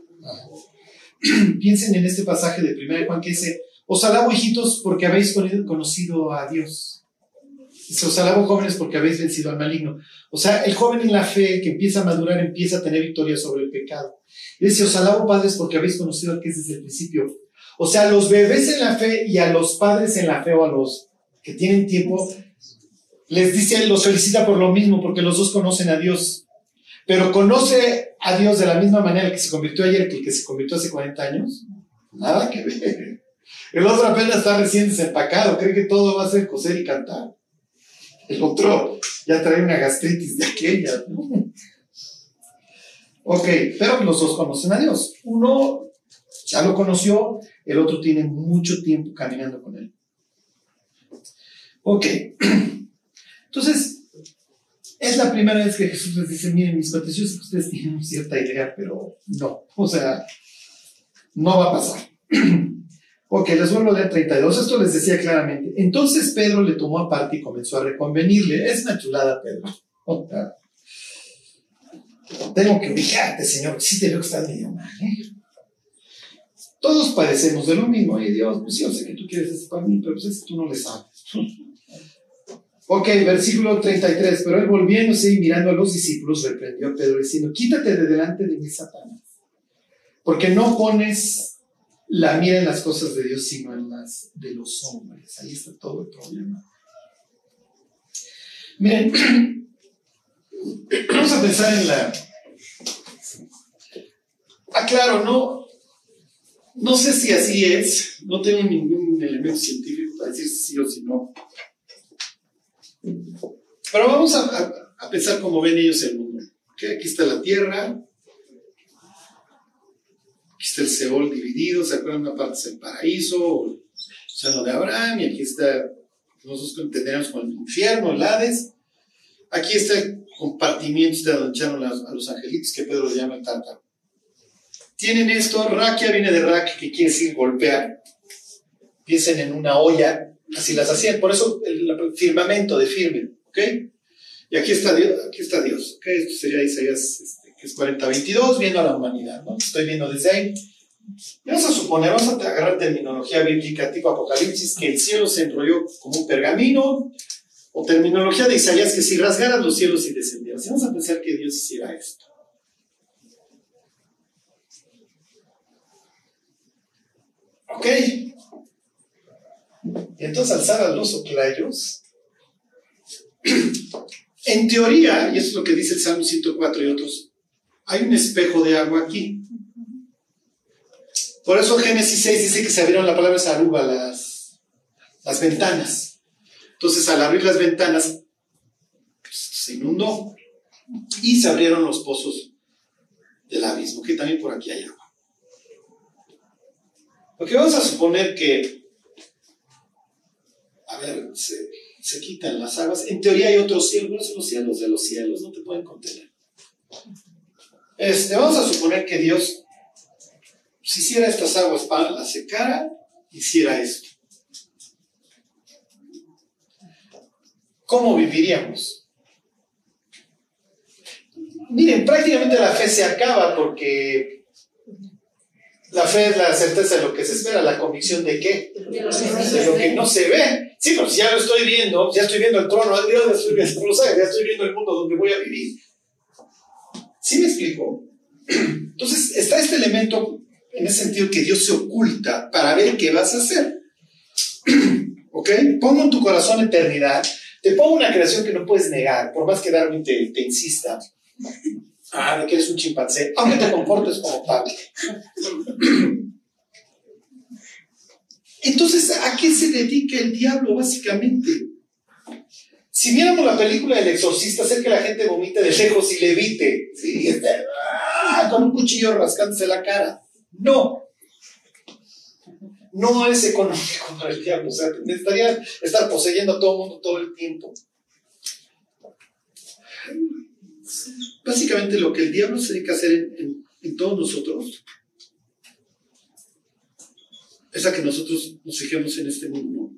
Piensen en este pasaje de primera de Juan que dice: os alabo, hijitos, porque habéis conocido a Dios. Dice: os alabo, jóvenes, porque habéis vencido al maligno. O sea, el joven en la fe que empieza a madurar empieza a tener victoria sobre el pecado. Y dice: os alabo, padres, porque habéis conocido al que es desde el principio. O sea, a los bebés en la fe y a los padres en la fe, o a los que tienen tiempo, les dice, los felicita por lo mismo, porque los dos conocen a Dios. Pero conoce a Dios de la misma manera que se convirtió ayer que el que se convirtió hace cuarenta años. Nada que ver. El otro apenas está recién desempacado, cree que todo va a ser coser y cantar. El otro ya trae una gastritis de aquella, ¿no? Ok, pero los dos conocen a Dios. Uno ya lo conoció, el otro tiene mucho tiempo caminando con él. Ok, entonces, es la primera vez que Jesús les dice: miren, mis cuates, yo sé que ustedes tienen cierta idea, pero no, o sea, no va a pasar. Ok, les vuelvo a leer treinta y dos, esto les decía claramente. Entonces Pedro le tomó aparte y comenzó a reconvenirle. Es una chulada, Pedro. O sea, tengo que ubicarte, Señor, sí te veo que estás medio mal, ¿eh? Todos padecemos de lo mismo. Oye, Dios, pues yo sé que tú quieres esto para mí, pero pues es que tú no le sabes. Ok, versículo treinta y tres. Pero él, volviéndose y mirando a los discípulos, reprendió a Pedro diciendo: quítate de delante de mí, Satanás. Porque no pones la mira en las cosas de Dios, sino en las de los hombres. Ahí está todo el problema. Miren, vamos a pensar en la... Ah, claro, no, no sé si así es, no tengo ningún elemento científico para decir sí o si no. Pero vamos a, a, a pensar cómo ven ellos el mundo. ¿Okay? Aquí está la tierra, aquí está el Seol dividido, ¿se acuerdan? Una parte es el paraíso, el seno de Abraham, y aquí está, nosotros entendemos con el infierno, el Hades. Aquí está el compartimiento de donde echaron a, a los angelitos, que Pedro le llama el tártaro. Tienen esto, raquia viene de raquia, que quiere decir golpear. Piensen en una olla, así las hacían, por eso el, el firmamento de firme, ¿ok? Y aquí está Dios, aquí está Dios, ¿ok? Esto sería Isaías, este, que es cuarenta veintidós, viendo a la humanidad, ¿no? Estoy viendo desde ahí. Y vamos a suponer, vamos a agarrar terminología bíblica tipo Apocalipsis, que el cielo se enrolló como un pergamino, o terminología de Isaías, que si rasgaran los cielos y descendieran. Si vamos a pensar que Dios hiciera esto. Ok. Y entonces alzar los oclayos. En teoría, y eso es lo que dice el Salmo ciento cuatro y otros, hay un espejo de agua aquí. Por eso Génesis seis dice que se abrieron, la palabra saruba, las, las ventanas. Entonces al abrir las ventanas, pues, se inundó y se abrieron los pozos del abismo, que también por aquí hay agua. Porque vamos a suponer que, a ver, se, se quitan las aguas. En teoría hay otros cielos, pero son los cielos de los cielos, no te pueden contener. Este, vamos a suponer que Dios, si hiciera estas aguas para la secara, hiciera esto. ¿Cómo viviríamos? Miren, prácticamente la fe se acaba porque la fe es la certeza de lo que se espera, la convicción de qué, de lo que no se ve. Sí, pero si ya lo estoy viendo, ya estoy viendo el trono de Dios, ya estoy viendo los ángeles, ya estoy viendo el mundo donde voy a vivir. ¿Sí me explico? Entonces está este elemento en ese sentido que Dios se oculta para ver qué vas a hacer. ¿Ok? Pongo en tu corazón eternidad, te pongo una creación que no puedes negar, por más que Darwin te, te insista. Ah, de que eres un chimpancé, aunque te comportes como tal. Entonces, ¿a qué se dedica el diablo, básicamente? Si viéramos la película del exorcista, hacer que la gente vomite de lejos y levite, ¿sí? Y esté, ¡ah!, con un cuchillo rascándose la cara. No. No es económico para el diablo. O sea, necesitaría estar poseyendo a todo el mundo todo el tiempo. Básicamente lo que el diablo se dedica a hacer en, en, en todos nosotros es a que nosotros nos fijemos en este mundo.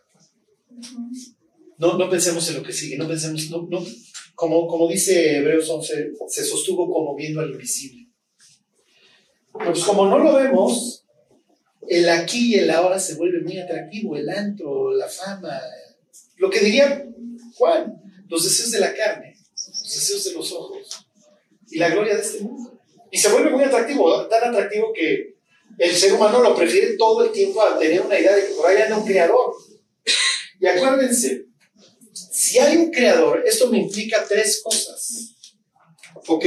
No, no pensemos en lo que sigue, no pensemos, no, no, como, como dice Hebreos once, se sostuvo como viendo al invisible. Pues como no lo vemos, el aquí y el ahora se vuelve muy atractivo, el antro, la fama, lo que diría Juan, los deseos de la carne, los deseos de los ojos y la gloria de este mundo. Y se vuelve muy atractivo, tan atractivo que el ser humano lo prefiere todo el tiempo a tener una idea de que por ahí anda un creador. Y acuérdense, si hay un creador, esto me implica tres cosas. ¿Ok?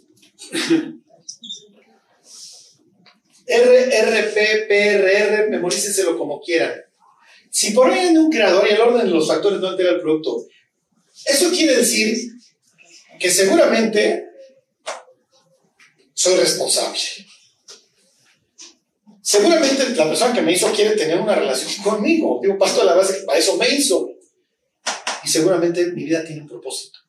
R, R, P, P, R, R, memorícenselo como quieran. Si por ahí hay un creador y el orden de los factores no altera el producto, eso quiere decir que seguramente soy responsable. Seguramente la persona que me hizo quiere tener una relación conmigo. Digo, pasto de la base que para eso me hizo. Y seguramente mi vida tiene un propósito.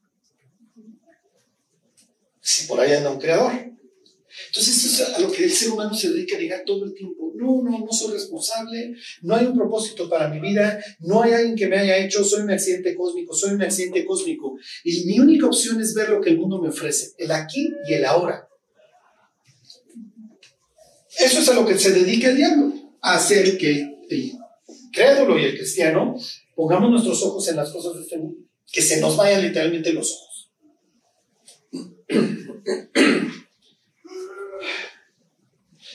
Si por ahí anda un creador. Entonces eso es a lo que el ser humano se dedica a negar todo el tiempo. No, no, no soy responsable, no hay un propósito para mi vida, no hay alguien que me haya hecho, soy un accidente cósmico, soy un accidente cósmico. Y mi única opción es ver lo que el mundo me ofrece, el aquí y el ahora. Eso es a lo que se dedica el diablo, a hacer que el crédulo y el cristiano pongamos nuestros ojos en las cosas de este mundo, que se nos vayan literalmente los ojos.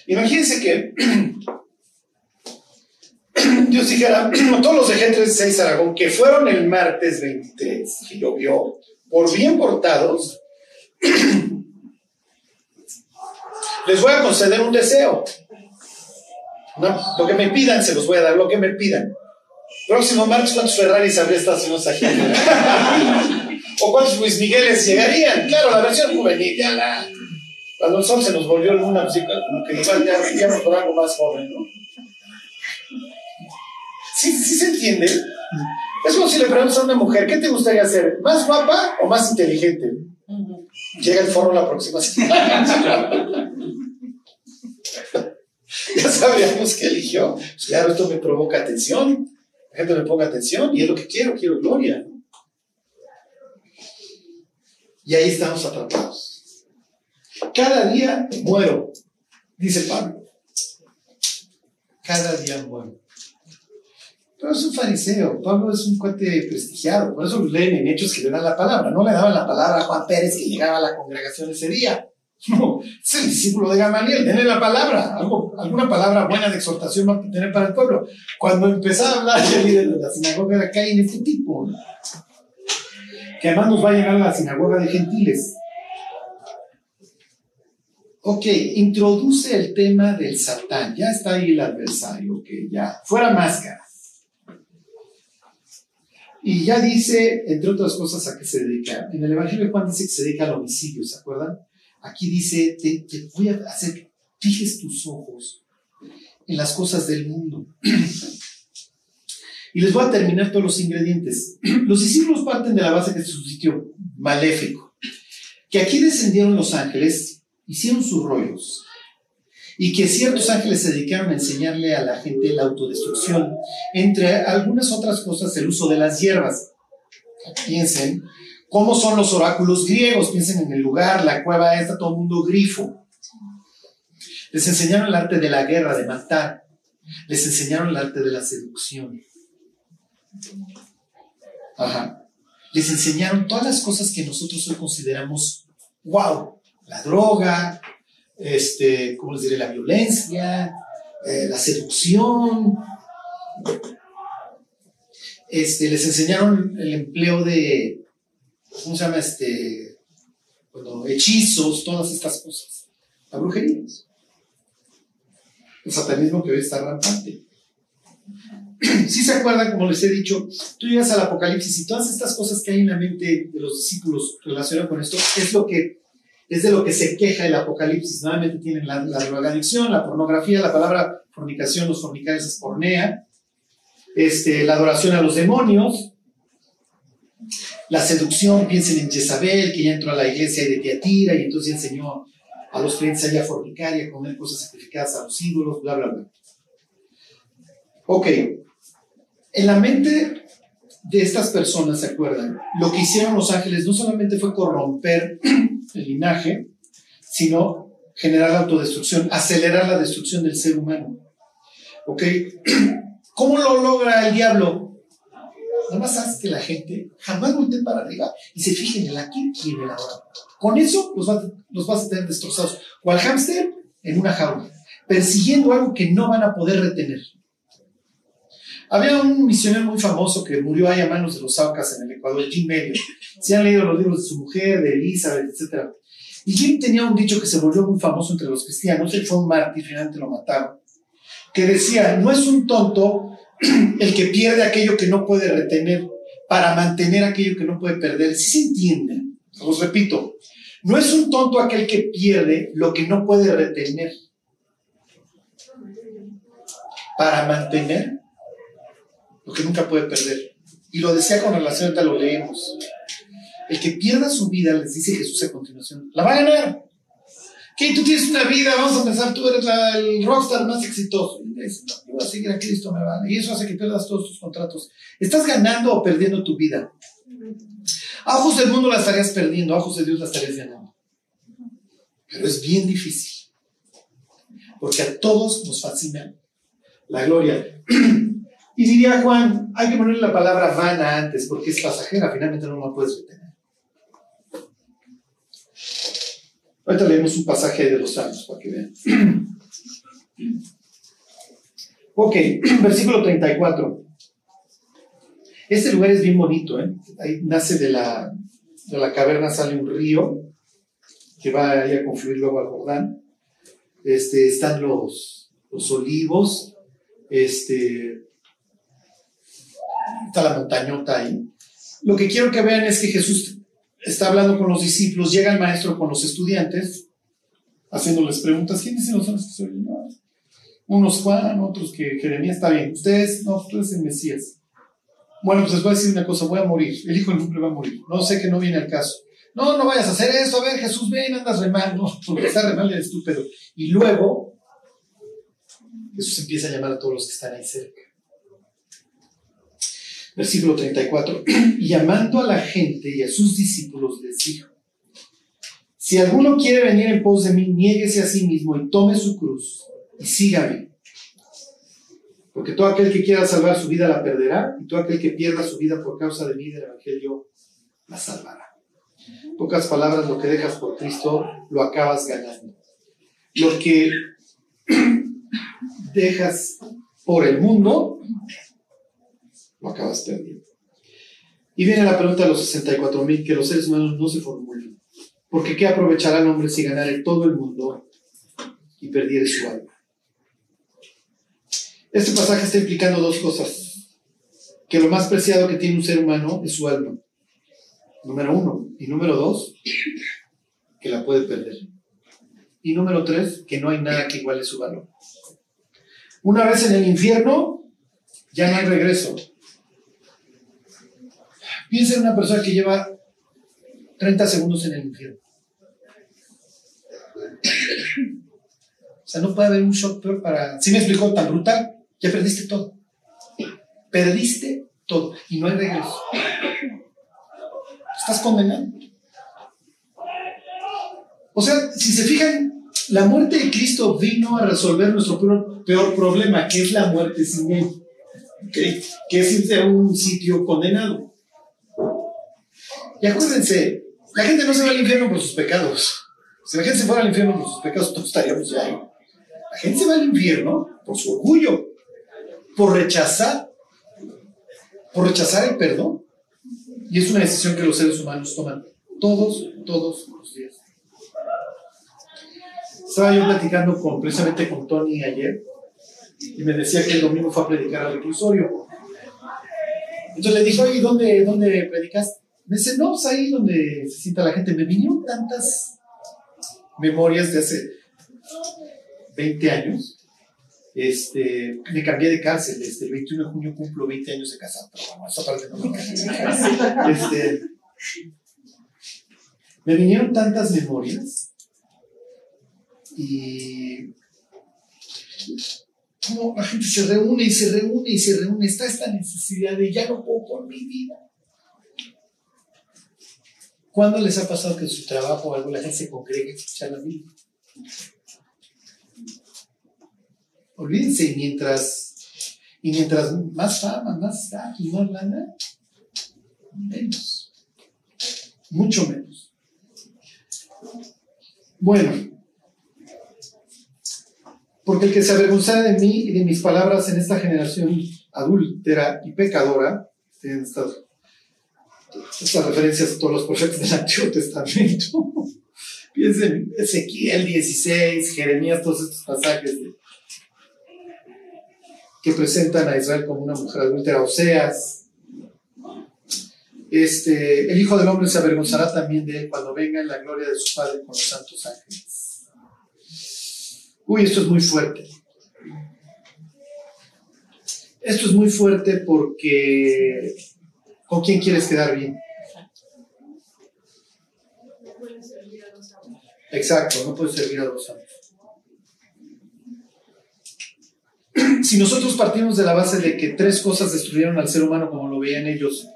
Imagínense que Dios dijera, todos los de G treinta y seis Aragón que fueron el martes veintitrés, que llovió, por bien portados, les voy a conceder un deseo. No, lo que me pidan se los voy a dar, lo que me pidan. Próximo martes, ¿cuántos Ferraris habría estacionados aquí? ¿O cuántos Luis Migueles llegarían? Claro, la versión juvenil, ya la... Cuando el sol se nos volvió luna, pues, como que igual ya, ya nos por algo más joven, ¿no? ¿Sí, sí se entiende? Es como si le preguntas a una mujer, ¿qué te gustaría ser? ¿Más guapa o más inteligente? Llega el foro la próxima semana. Ya sabríamos que eligió. Pues claro, esto me provoca atención. La gente me ponga atención y es lo que quiero, quiero gloria, ¿no? Y ahí estamos atrapados. Cada día muero, dice Pablo. Cada día muero. Pero es un fariseo. Pablo es un cuate prestigiado. Por eso los leen en Hechos que le dan la palabra. No le daban la palabra a Juan Pérez que llegaba a la congregación ese día. No, es el discípulo de Gamaliel. Denle la palabra. Algo, alguna palabra buena de exhortación va a tener para el pueblo. Cuando empezaba a hablar el líder de la sinagoga era Caín, este tipo, ¿no? Que además nos va a llegar a la sinagoga de gentiles. Ok, introduce el tema del Satán. Ya está ahí el adversario, que ya, fuera máscaras. Y ya dice, entre otras cosas, a qué se dedica. En el Evangelio de Juan dice que se dedica al homicidio, ¿se acuerdan? Aquí dice, te, te voy a hacer que fijes tus ojos en las cosas del mundo. Y les voy a terminar todos los ingredientes. Los discípulos parten de la base que es un sitio maléfico. Que aquí descendieron los ángeles, hicieron sus rollos. Y que ciertos ángeles se dedicaron a enseñarle a la gente la autodestrucción. Entre algunas otras cosas, el uso de las hierbas. Piensen cómo son los oráculos griegos. Piensen en el lugar, la cueva esta, todo el mundo grifo. Les enseñaron el arte de la guerra, de matar. Les enseñaron el arte de la seducción. Ajá. Les enseñaron todas las cosas que nosotros hoy consideramos wow. La droga, este, ¿cómo les diré? La violencia, eh, la seducción. Este, les enseñaron el empleo de, ¿cómo se llama? Este, bueno, hechizos, todas estas cosas. La brujería. El satanismo que hoy está rampante. Si se acuerdan, como les he dicho, tú llegas al Apocalipsis y todas estas cosas que hay en la mente de los discípulos relacionadas con esto, es lo que es de lo que se queja el Apocalipsis. Nuevamente tienen la, la drogadicción, la pornografía, la palabra fornicación, los fornicarios es pornea, este, la adoración a los demonios, la seducción, piensen en Jezabel, que ya entró a la iglesia de Tiatira y entonces enseñó a los creyentes allá a fornicar y a comer cosas sacrificadas a los ídolos, bla, bla, bla. Ok, en la mente de estas personas, ¿se acuerdan? Lo que hicieron los ángeles no solamente fue corromper el linaje, sino generar la autodestrucción, acelerar la destrucción del ser humano. ¿Ok? ¿Cómo lo logra el diablo? Nada más hace que la gente jamás voltee para arriba y se fijen en el aquí y en el ahora. Con eso los, va, los vas a tener destrozados. O al hámster en una jaula, persiguiendo algo que no van a poder retener. Había un misionero muy famoso que murió ahí a manos de los Aucas en el Ecuador, Jim Elliot. Si han leído los libros de su mujer, de Elizabeth, etcétera. Y Jim tenía un dicho que se volvió muy famoso entre los cristianos. Él fue un mártir, finalmente lo mataron. Que decía, no es un tonto el que pierde aquello que no puede retener para mantener aquello que no puede perder. ¿Sí se entiende? Os repito, no es un tonto aquel que pierde lo que no puede retener para mantener lo que nunca puede perder. Y lo decía con relación, ahorita lo leemos. El que pierda su vida, les dice Jesús a continuación, la va a ganar. ¿Qué? Tú tienes una vida, vamos a pensar, tú eres la, el rockstar más exitoso. Y dices, no, yo voy a seguir a Cristo, me vale. Y eso hace que pierdas todos tus contratos. ¿Estás ganando o perdiendo tu vida? A ojos del mundo la estarías perdiendo, a ojos de Dios la estarías ganando. Pero es bien difícil. Porque a todos nos fascina la gloria. Y diría Juan, hay que ponerle la palabra vana antes, porque es pasajera, finalmente no la puedes retener. Ahorita leemos un pasaje de los Salmos para que vean. Ok, versículo treinta y cuatro. Este lugar es bien bonito, ¿eh? Ahí nace de la, de la caverna, sale un río que va ahí a confluir luego al Jordán. Este, están los, los olivos, este, está la montañota ahí. Lo que quiero que vean es que Jesús está hablando con los discípulos, llega el maestro con los estudiantes, haciéndoles preguntas. ¿Quién dicen los hombres que soy? No. Unos Juan, otros que Jeremías. Está bien, ustedes, no, ustedes el Mesías. Bueno, pues les voy a decir una cosa, voy a morir, el Hijo del Hombre va a morir. No sé que no viene al caso. No, no vayas a hacer esto, a ver, Jesús, ven, andas re mal, no, porque está re mal el estúpido. Y luego, Jesús empieza a llamar a todos los que están ahí cerca. Versículo treinta y cuatro. Y llamando a la gente y a sus discípulos les dijo: si alguno quiere venir en pos de mí, niéguese a sí mismo y tome su cruz y sígame. Porque todo aquel que quiera salvar su vida la perderá, y todo aquel que pierda su vida por causa de mí del Evangelio la salvará. En pocas palabras, lo que dejas por Cristo lo acabas ganando. Lo que dejas por el mundo lo acabas perdiendo. Y viene la pregunta de los sesenta y cuatro mil que los seres humanos no se formulan. Porque ¿qué aprovechará el hombre si ganare todo el mundo y perdiere su alma? Este pasaje está implicando dos cosas. Que lo más preciado que tiene un ser humano es su alma. Número uno. Y número dos, que la puede perder. Y número tres, que no hay nada que iguale su valor. Una vez en el infierno, ya no hay regreso. Piensa en una persona que lleva treinta segundos en el infierno. O sea, no puede haber un shock peor para... ¿Sí me explicó? Tan brutal. Ya perdiste todo. Perdiste todo. Y no hay regreso. Estás condenado. O sea, si se fijan, la muerte de Cristo vino a resolver nuestro peor, peor problema, que es la muerte sin él. ¿Okay? Que es irse a un sitio condenado. Y acuérdense, la gente no se va al infierno por sus pecados. Si la gente se fuera al infierno por sus pecados, todos estaríamos ya ahí. La gente se va al infierno por su orgullo, por rechazar, por rechazar el perdón. Y es una decisión que los seres humanos toman todos, todos los días. Estaba yo platicando con, precisamente con Tony ayer, y me decía que el domingo fue a predicar al reclusorio. Entonces le dije: oye, ¿dónde, dónde predicaste? Me dice: no, pues ahí donde se sienta la gente. Me vinieron tantas memorias de hace veinte años. Este, me cambié de cárcel. Este, el veintiuno de junio cumplo veinte años de casado. Pero bueno, esa parte no me cambié. Este, me vinieron tantas memorias. Y como la gente se reúne y se reúne y se reúne. Está esta necesidad de ya no puedo por mi vida. ¿Cuándo les ha pasado que en su trabajo o algo la gente se congrega a escuchar la Biblia? Olvídense, y mientras, y mientras más fama, más estatus, más lana, menos. Mucho menos. Bueno, porque el que se avergonzara de mí y de mis palabras en esta generación adúltera y pecadora, tienen estas, estas referencias a todos los profetas del Antiguo Testamento. Piensen en Ezequiel dieciséis, Jeremías, todos estos pasajes de, que presentan a Israel como una mujer adúltera. Oseas. Este, el Hijo del Hombre se avergonzará también de él cuando venga en la gloria de su Padre con los santos ángeles. Uy, esto es muy fuerte. Esto es muy fuerte porque ¿con quién quieres quedar bien? Exacto, no puedes servir a dos amos. Si nosotros partimos de la base de que tres cosas destruyeron al ser humano como lo veían ellos: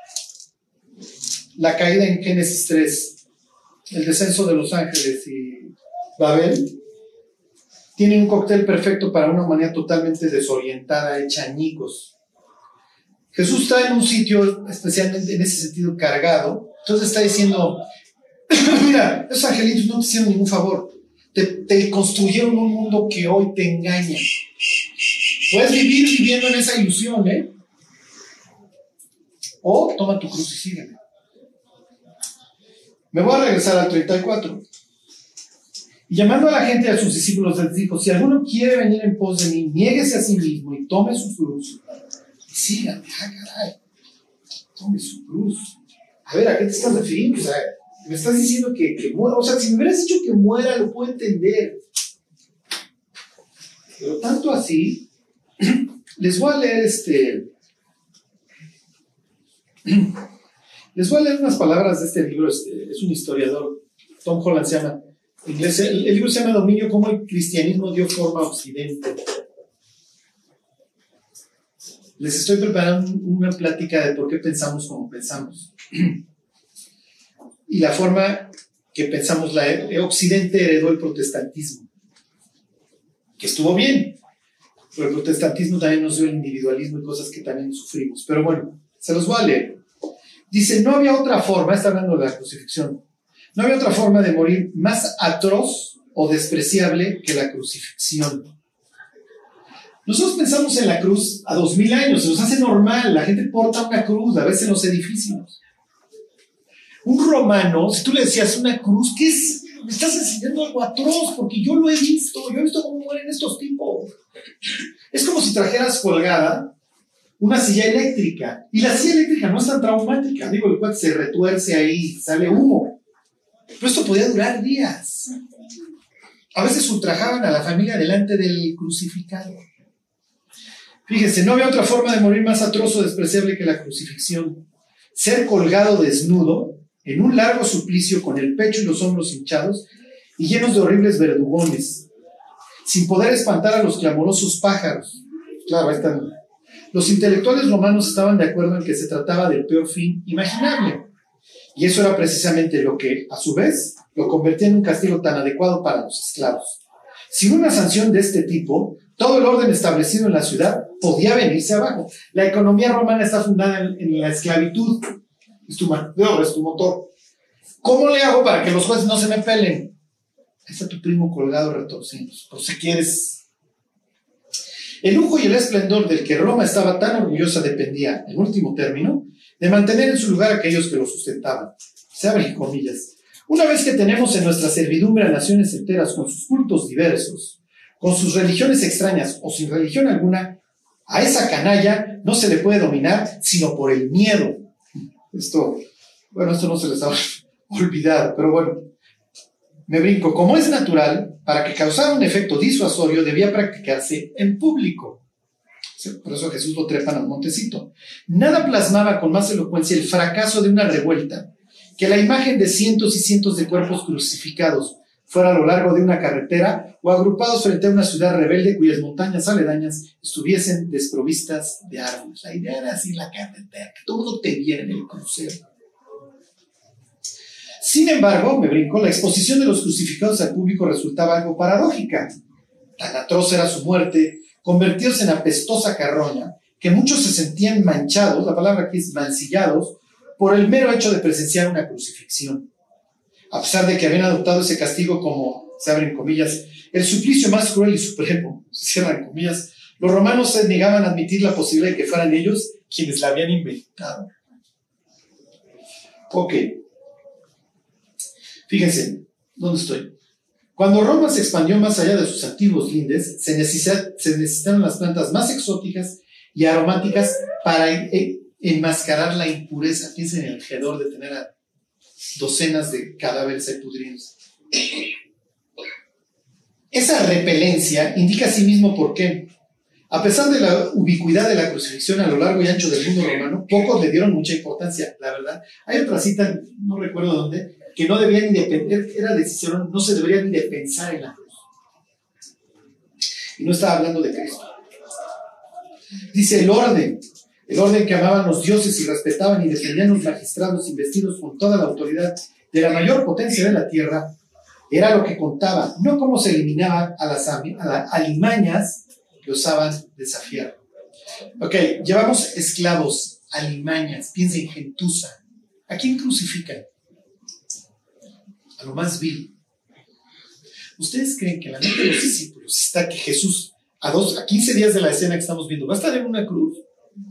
la caída en Génesis tres, el descenso de los ángeles y Babel, tiene un cóctel perfecto para una humanidad totalmente desorientada, hecha añicos. Jesús está en un sitio especialmente en ese sentido cargado. Entonces está diciendo: mira, esos angelitos no te hicieron ningún favor. te, te construyeron un mundo que hoy te engaña. Puedes vivir viviendo en esa ilusión, ¿eh? O toma tu cruz y sígueme. Me voy a regresar al treinta y cuatro. Y llamando a la gente y a sus discípulos les dijo: si alguno quiere venir en pos de mí, niéguese a sí mismo y tome su cruz y sígame. Ah, caray, tome su cruz. A ver, ¿a qué te estás refiriendo? O sea, me estás diciendo que, que muera. O sea, si me hubieras dicho que muera, lo puedo entender. Pero tanto así, les voy a leer este. Les voy a leer unas palabras de este libro. Este, es un historiador, Tom Holland se llama. Inglés, el, el libro se llama Dominio: cómo el cristianismo dio forma a Occidente. Les estoy preparando una plática de por qué pensamos como pensamos. Y la forma que pensamos, la Occidente heredó el protestantismo, que estuvo bien, pero el protestantismo también nos dio el individualismo y cosas que también sufrimos. Pero bueno, se los voy a leer. Dice: no había otra forma, está hablando de la crucifixión, no había otra forma de morir más atroz o despreciable que la crucifixión. Nosotros pensamos en la cruz a dos mil años, se nos hace normal, la gente porta una cruz, a veces en los edificios. Un romano, si tú le decías una cruz, ¿qué es? Me estás enseñando algo atroz, porque yo lo he visto, yo he visto cómo mueren estos tipos. Es como si trajeras colgada una silla eléctrica, y la silla eléctrica no es tan traumática, digo, el cual se retuerce ahí, sale humo, pero esto podía durar días. A veces ultrajaban a la familia delante del crucificado. Fíjense, no había otra forma de morir más atroz o despreciable que la crucifixión. Ser colgado desnudo en un largo suplicio con el pecho y los hombros hinchados y llenos de horribles verdugones, sin poder espantar a los clamorosos pájaros. Claro, ahí están. Los intelectuales romanos estaban de acuerdo en que se trataba del peor fin imaginable. Y eso era precisamente lo que, a su vez, lo convertía en un castigo tan adecuado para los esclavos. Sin una sanción de este tipo, todo el orden establecido en la ciudad podía venirse abajo. La economía romana está fundada en, en la esclavitud. Es tu mano de obra, es tu motor. ¿Cómo le hago para que los jueces no se me pelen? Ahí está tu primo colgado retorciendo, por si quieres. El lujo y el esplendor del que Roma estaba tan orgullosa dependía, en último término, de mantener en su lugar a aquellos que lo sustentaban. Se abren comillas. Una vez que tenemos en nuestra servidumbre a naciones enteras con sus cultos diversos, con sus religiones extrañas o sin religión alguna, a esa canalla no se le puede dominar sino por el miedo. Esto, bueno, esto no se les ha olvidado, pero bueno, me brinco. Como es natural, para que causara un efecto disuasorio debía practicarse en público. Por eso Jesús lo trepan al montecito. Nada plasmaba con más elocuencia el fracaso de una revuelta que la imagen de cientos y cientos de cuerpos crucificados fuera a lo largo de una carretera o agrupados frente a una ciudad rebelde cuyas montañas aledañas estuviesen desprovistas de árboles. La idea era así la carretera, que todo mundo te viera en el crucero. Sin embargo, me brinco, la exposición de los crucificados al público resultaba algo paradójica. Tan atroz era su muerte, convertidos en apestosa carroña, que muchos se sentían manchados, la palabra aquí es mancillados, por el mero hecho de presenciar una crucifixión. A pesar de que habían adoptado ese castigo como, se abren comillas, el suplicio más cruel y supremo, se cierran comillas, los romanos se negaban a admitir la posibilidad de que fueran ellos quienes la habían inventado. Ok. Fíjense, ¿dónde estoy? Cuando Roma se expandió más allá de sus antiguos lindes, se, necesita, se necesitaron las plantas más exóticas y aromáticas para en, enmascarar la impureza. Piensen en el hedor de tener a docenas de cadáveres ahí pudriéndose. Esa repelencia indica asimismo por qué, a pesar de la ubicuidad de la crucifixión a lo largo y ancho del mundo romano, pocos le dieron mucha importancia, la verdad. Hay otra cita, no recuerdo dónde, que no debían ni de, era de Cicerón, no se debería ni de pensar en la cruz. Y no estaba hablando de Cristo. Dice el orden, el orden que amaban los dioses y respetaban y defendían los magistrados investidos con toda la autoridad de la mayor potencia de la tierra, era lo que contaba, no cómo se eliminaba a las a la, alimañas que osaban desafiar. Ok, llevamos esclavos, alimañas, piensa en gentuza. ¿A quién crucifican? A lo más vil. ¿Ustedes creen que en la mente de los discípulos está que Jesús, a, dos, a quince días de la escena que estamos viendo, va a estar en una cruz?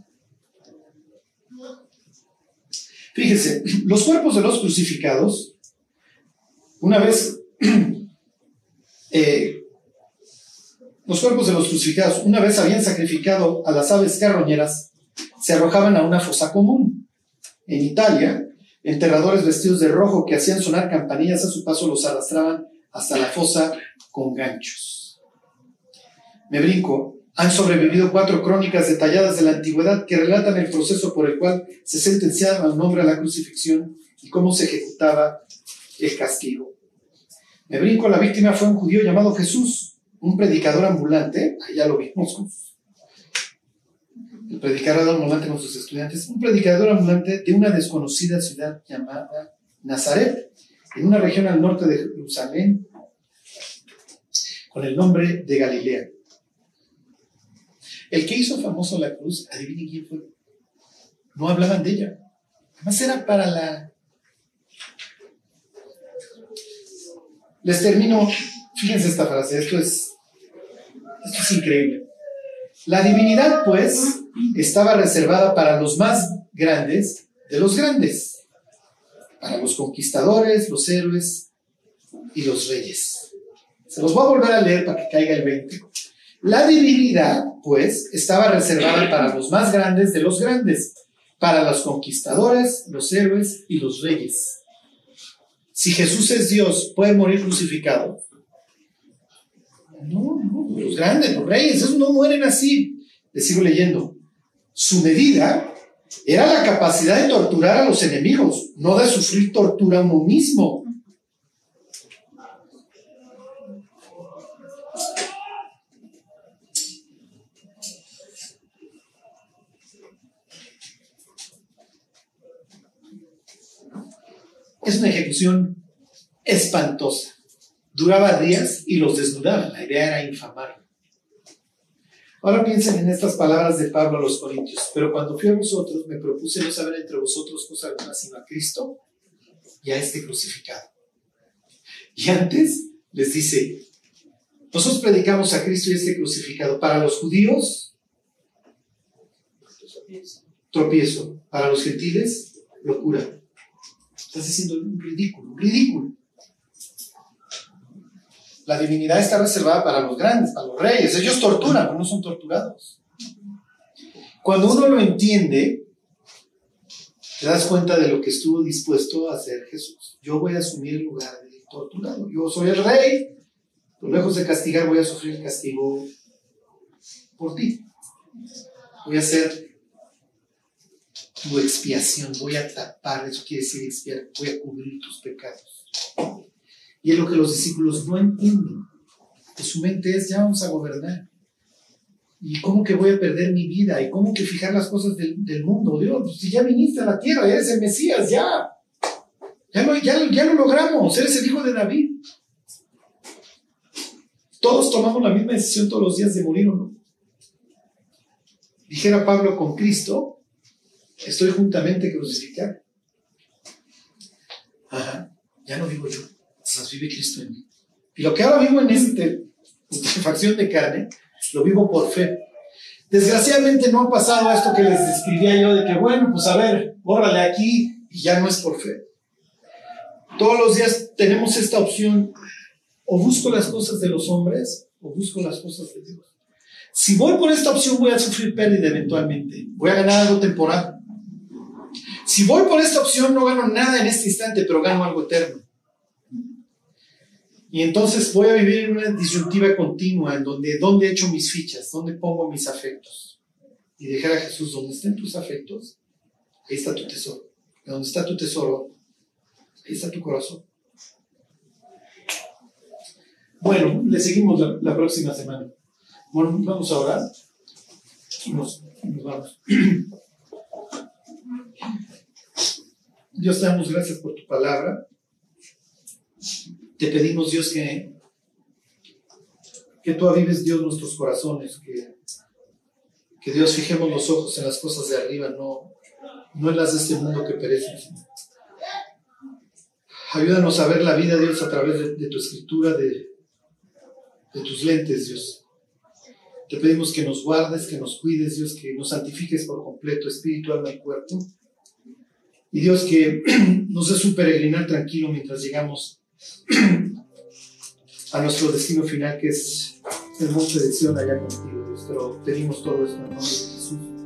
Fíjense, los cuerpos de los crucificados, una vez, eh, los cuerpos de los crucificados, una vez habían sacrificado a las aves carroñeras, se arrojaban a una fosa común. En Italia, enterradores vestidos de rojo que hacían sonar campanillas a su paso los arrastraban hasta la fosa con ganchos. Me brinco. Han sobrevivido cuatro crónicas detalladas de la antigüedad que relatan el proceso por el cual se sentenciaba a un hombre a la crucifixión y cómo se ejecutaba el castigo. Me brinco. La víctima fue un judío llamado Jesús, un predicador ambulante. Ahí ya lo vimos con el predicador ambulante con sus estudiantes, un predicador ambulante de una desconocida ciudad llamada Nazaret, en una región al norte de Jerusalén, con el nombre de Galilea. El que hizo famoso la cruz, adivinen quién fue. No hablaban de ella. Además era para la... Les termino, fíjense esta frase, esto es, esto es increíble. La divinidad, pues, estaba reservada para los más grandes de los grandes, para los conquistadores, los héroes y los reyes. Se los voy a volver a leer para que caiga el veinte. La divinidad, pues, estaba reservada para los más grandes de los grandes, para los conquistadores, los héroes y los reyes. Si Jesús es Dios, ¿puede morir crucificado? No, no, los grandes, los reyes, esos no mueren así. Les sigo leyendo. Su medida era la capacidad de torturar a los enemigos, no de sufrir tortura uno mismo. Es una ejecución espantosa. Duraba días y los desnudaban. La idea era infamarlo. Ahora piensen en estas palabras de Pablo a los Corintios. Pero cuando fui a vosotros, me propuse no saber entre vosotros cosa alguna sino a Cristo y a este crucificado. Y antes les dice, nosotros predicamos a Cristo y a este crucificado. Para los judíos, tropiezo. Para los gentiles, locura. Estás diciendo un ridículo, un ridículo. La divinidad está reservada para los grandes, para los reyes. Ellos torturan, pero no son torturados. Cuando uno lo entiende, te das cuenta de lo que estuvo dispuesto a hacer Jesús. Yo voy a asumir el lugar del torturado. Yo soy el rey, pero lejos de castigar, voy a sufrir el castigo por ti. Voy a hacer tu expiación, voy a tapar, eso quiere decir expiar, voy a cubrir tus pecados. Y es lo que los discípulos no entienden. Que su mente es, ya vamos a gobernar. ¿Y cómo que voy a perder mi vida? ¿Y cómo que fijar las cosas del, del mundo? Dios, si ya viniste a la tierra, eres el Mesías, ya. Ya lo, ya, ya lo logramos, eres el hijo de David. Todos tomamos la misma decisión todos los días de morir o no. Dijera Pablo, con Cristo estoy juntamente crucificado. Ajá, ya no vivo yo, más vive Cristo en mí. Y lo que ahora vivo en esta putrefacción de carne, lo vivo por fe. Desgraciadamente no ha pasado esto que les describía yo, de que bueno, pues a ver, bórrale aquí, y ya no es por fe. Todos los días tenemos esta opción, o busco las cosas de los hombres, o busco las cosas de Dios. Si voy por esta opción, voy a sufrir pérdida eventualmente, voy a ganar algo temporal. Si voy por esta opción, no gano nada en este instante, pero gano algo eterno. Y entonces voy a vivir en una disyuntiva continua, en donde, ¿dónde echo mis fichas? ¿Dónde pongo mis afectos? Y dejar a Jesús, donde estén tus afectos, ahí está tu tesoro. Y donde está tu tesoro, ahí está tu corazón. Bueno, le seguimos la, la próxima semana. Bueno, vamos a orar y nos, nos vamos. Dios, te damos gracias por tu palabra. Te pedimos, Dios, que, que tú avives, Dios, nuestros corazones, que, que Dios fijemos los ojos en las cosas de arriba, no, no en las de este mundo que perecen. Ayúdanos a ver la vida, Dios, a través de, de tu escritura, de, de tus lentes, Dios. Te pedimos que nos guardes, que nos cuides, Dios, que nos santifiques por completo, espíritu, alma y cuerpo. Y Dios, que nos des un peregrinar tranquilo mientras llegamos a nuestro destino final, que es el monte de Sion allá contigo, Dios. Pero pedimos todo esto en el nombre de Jesús.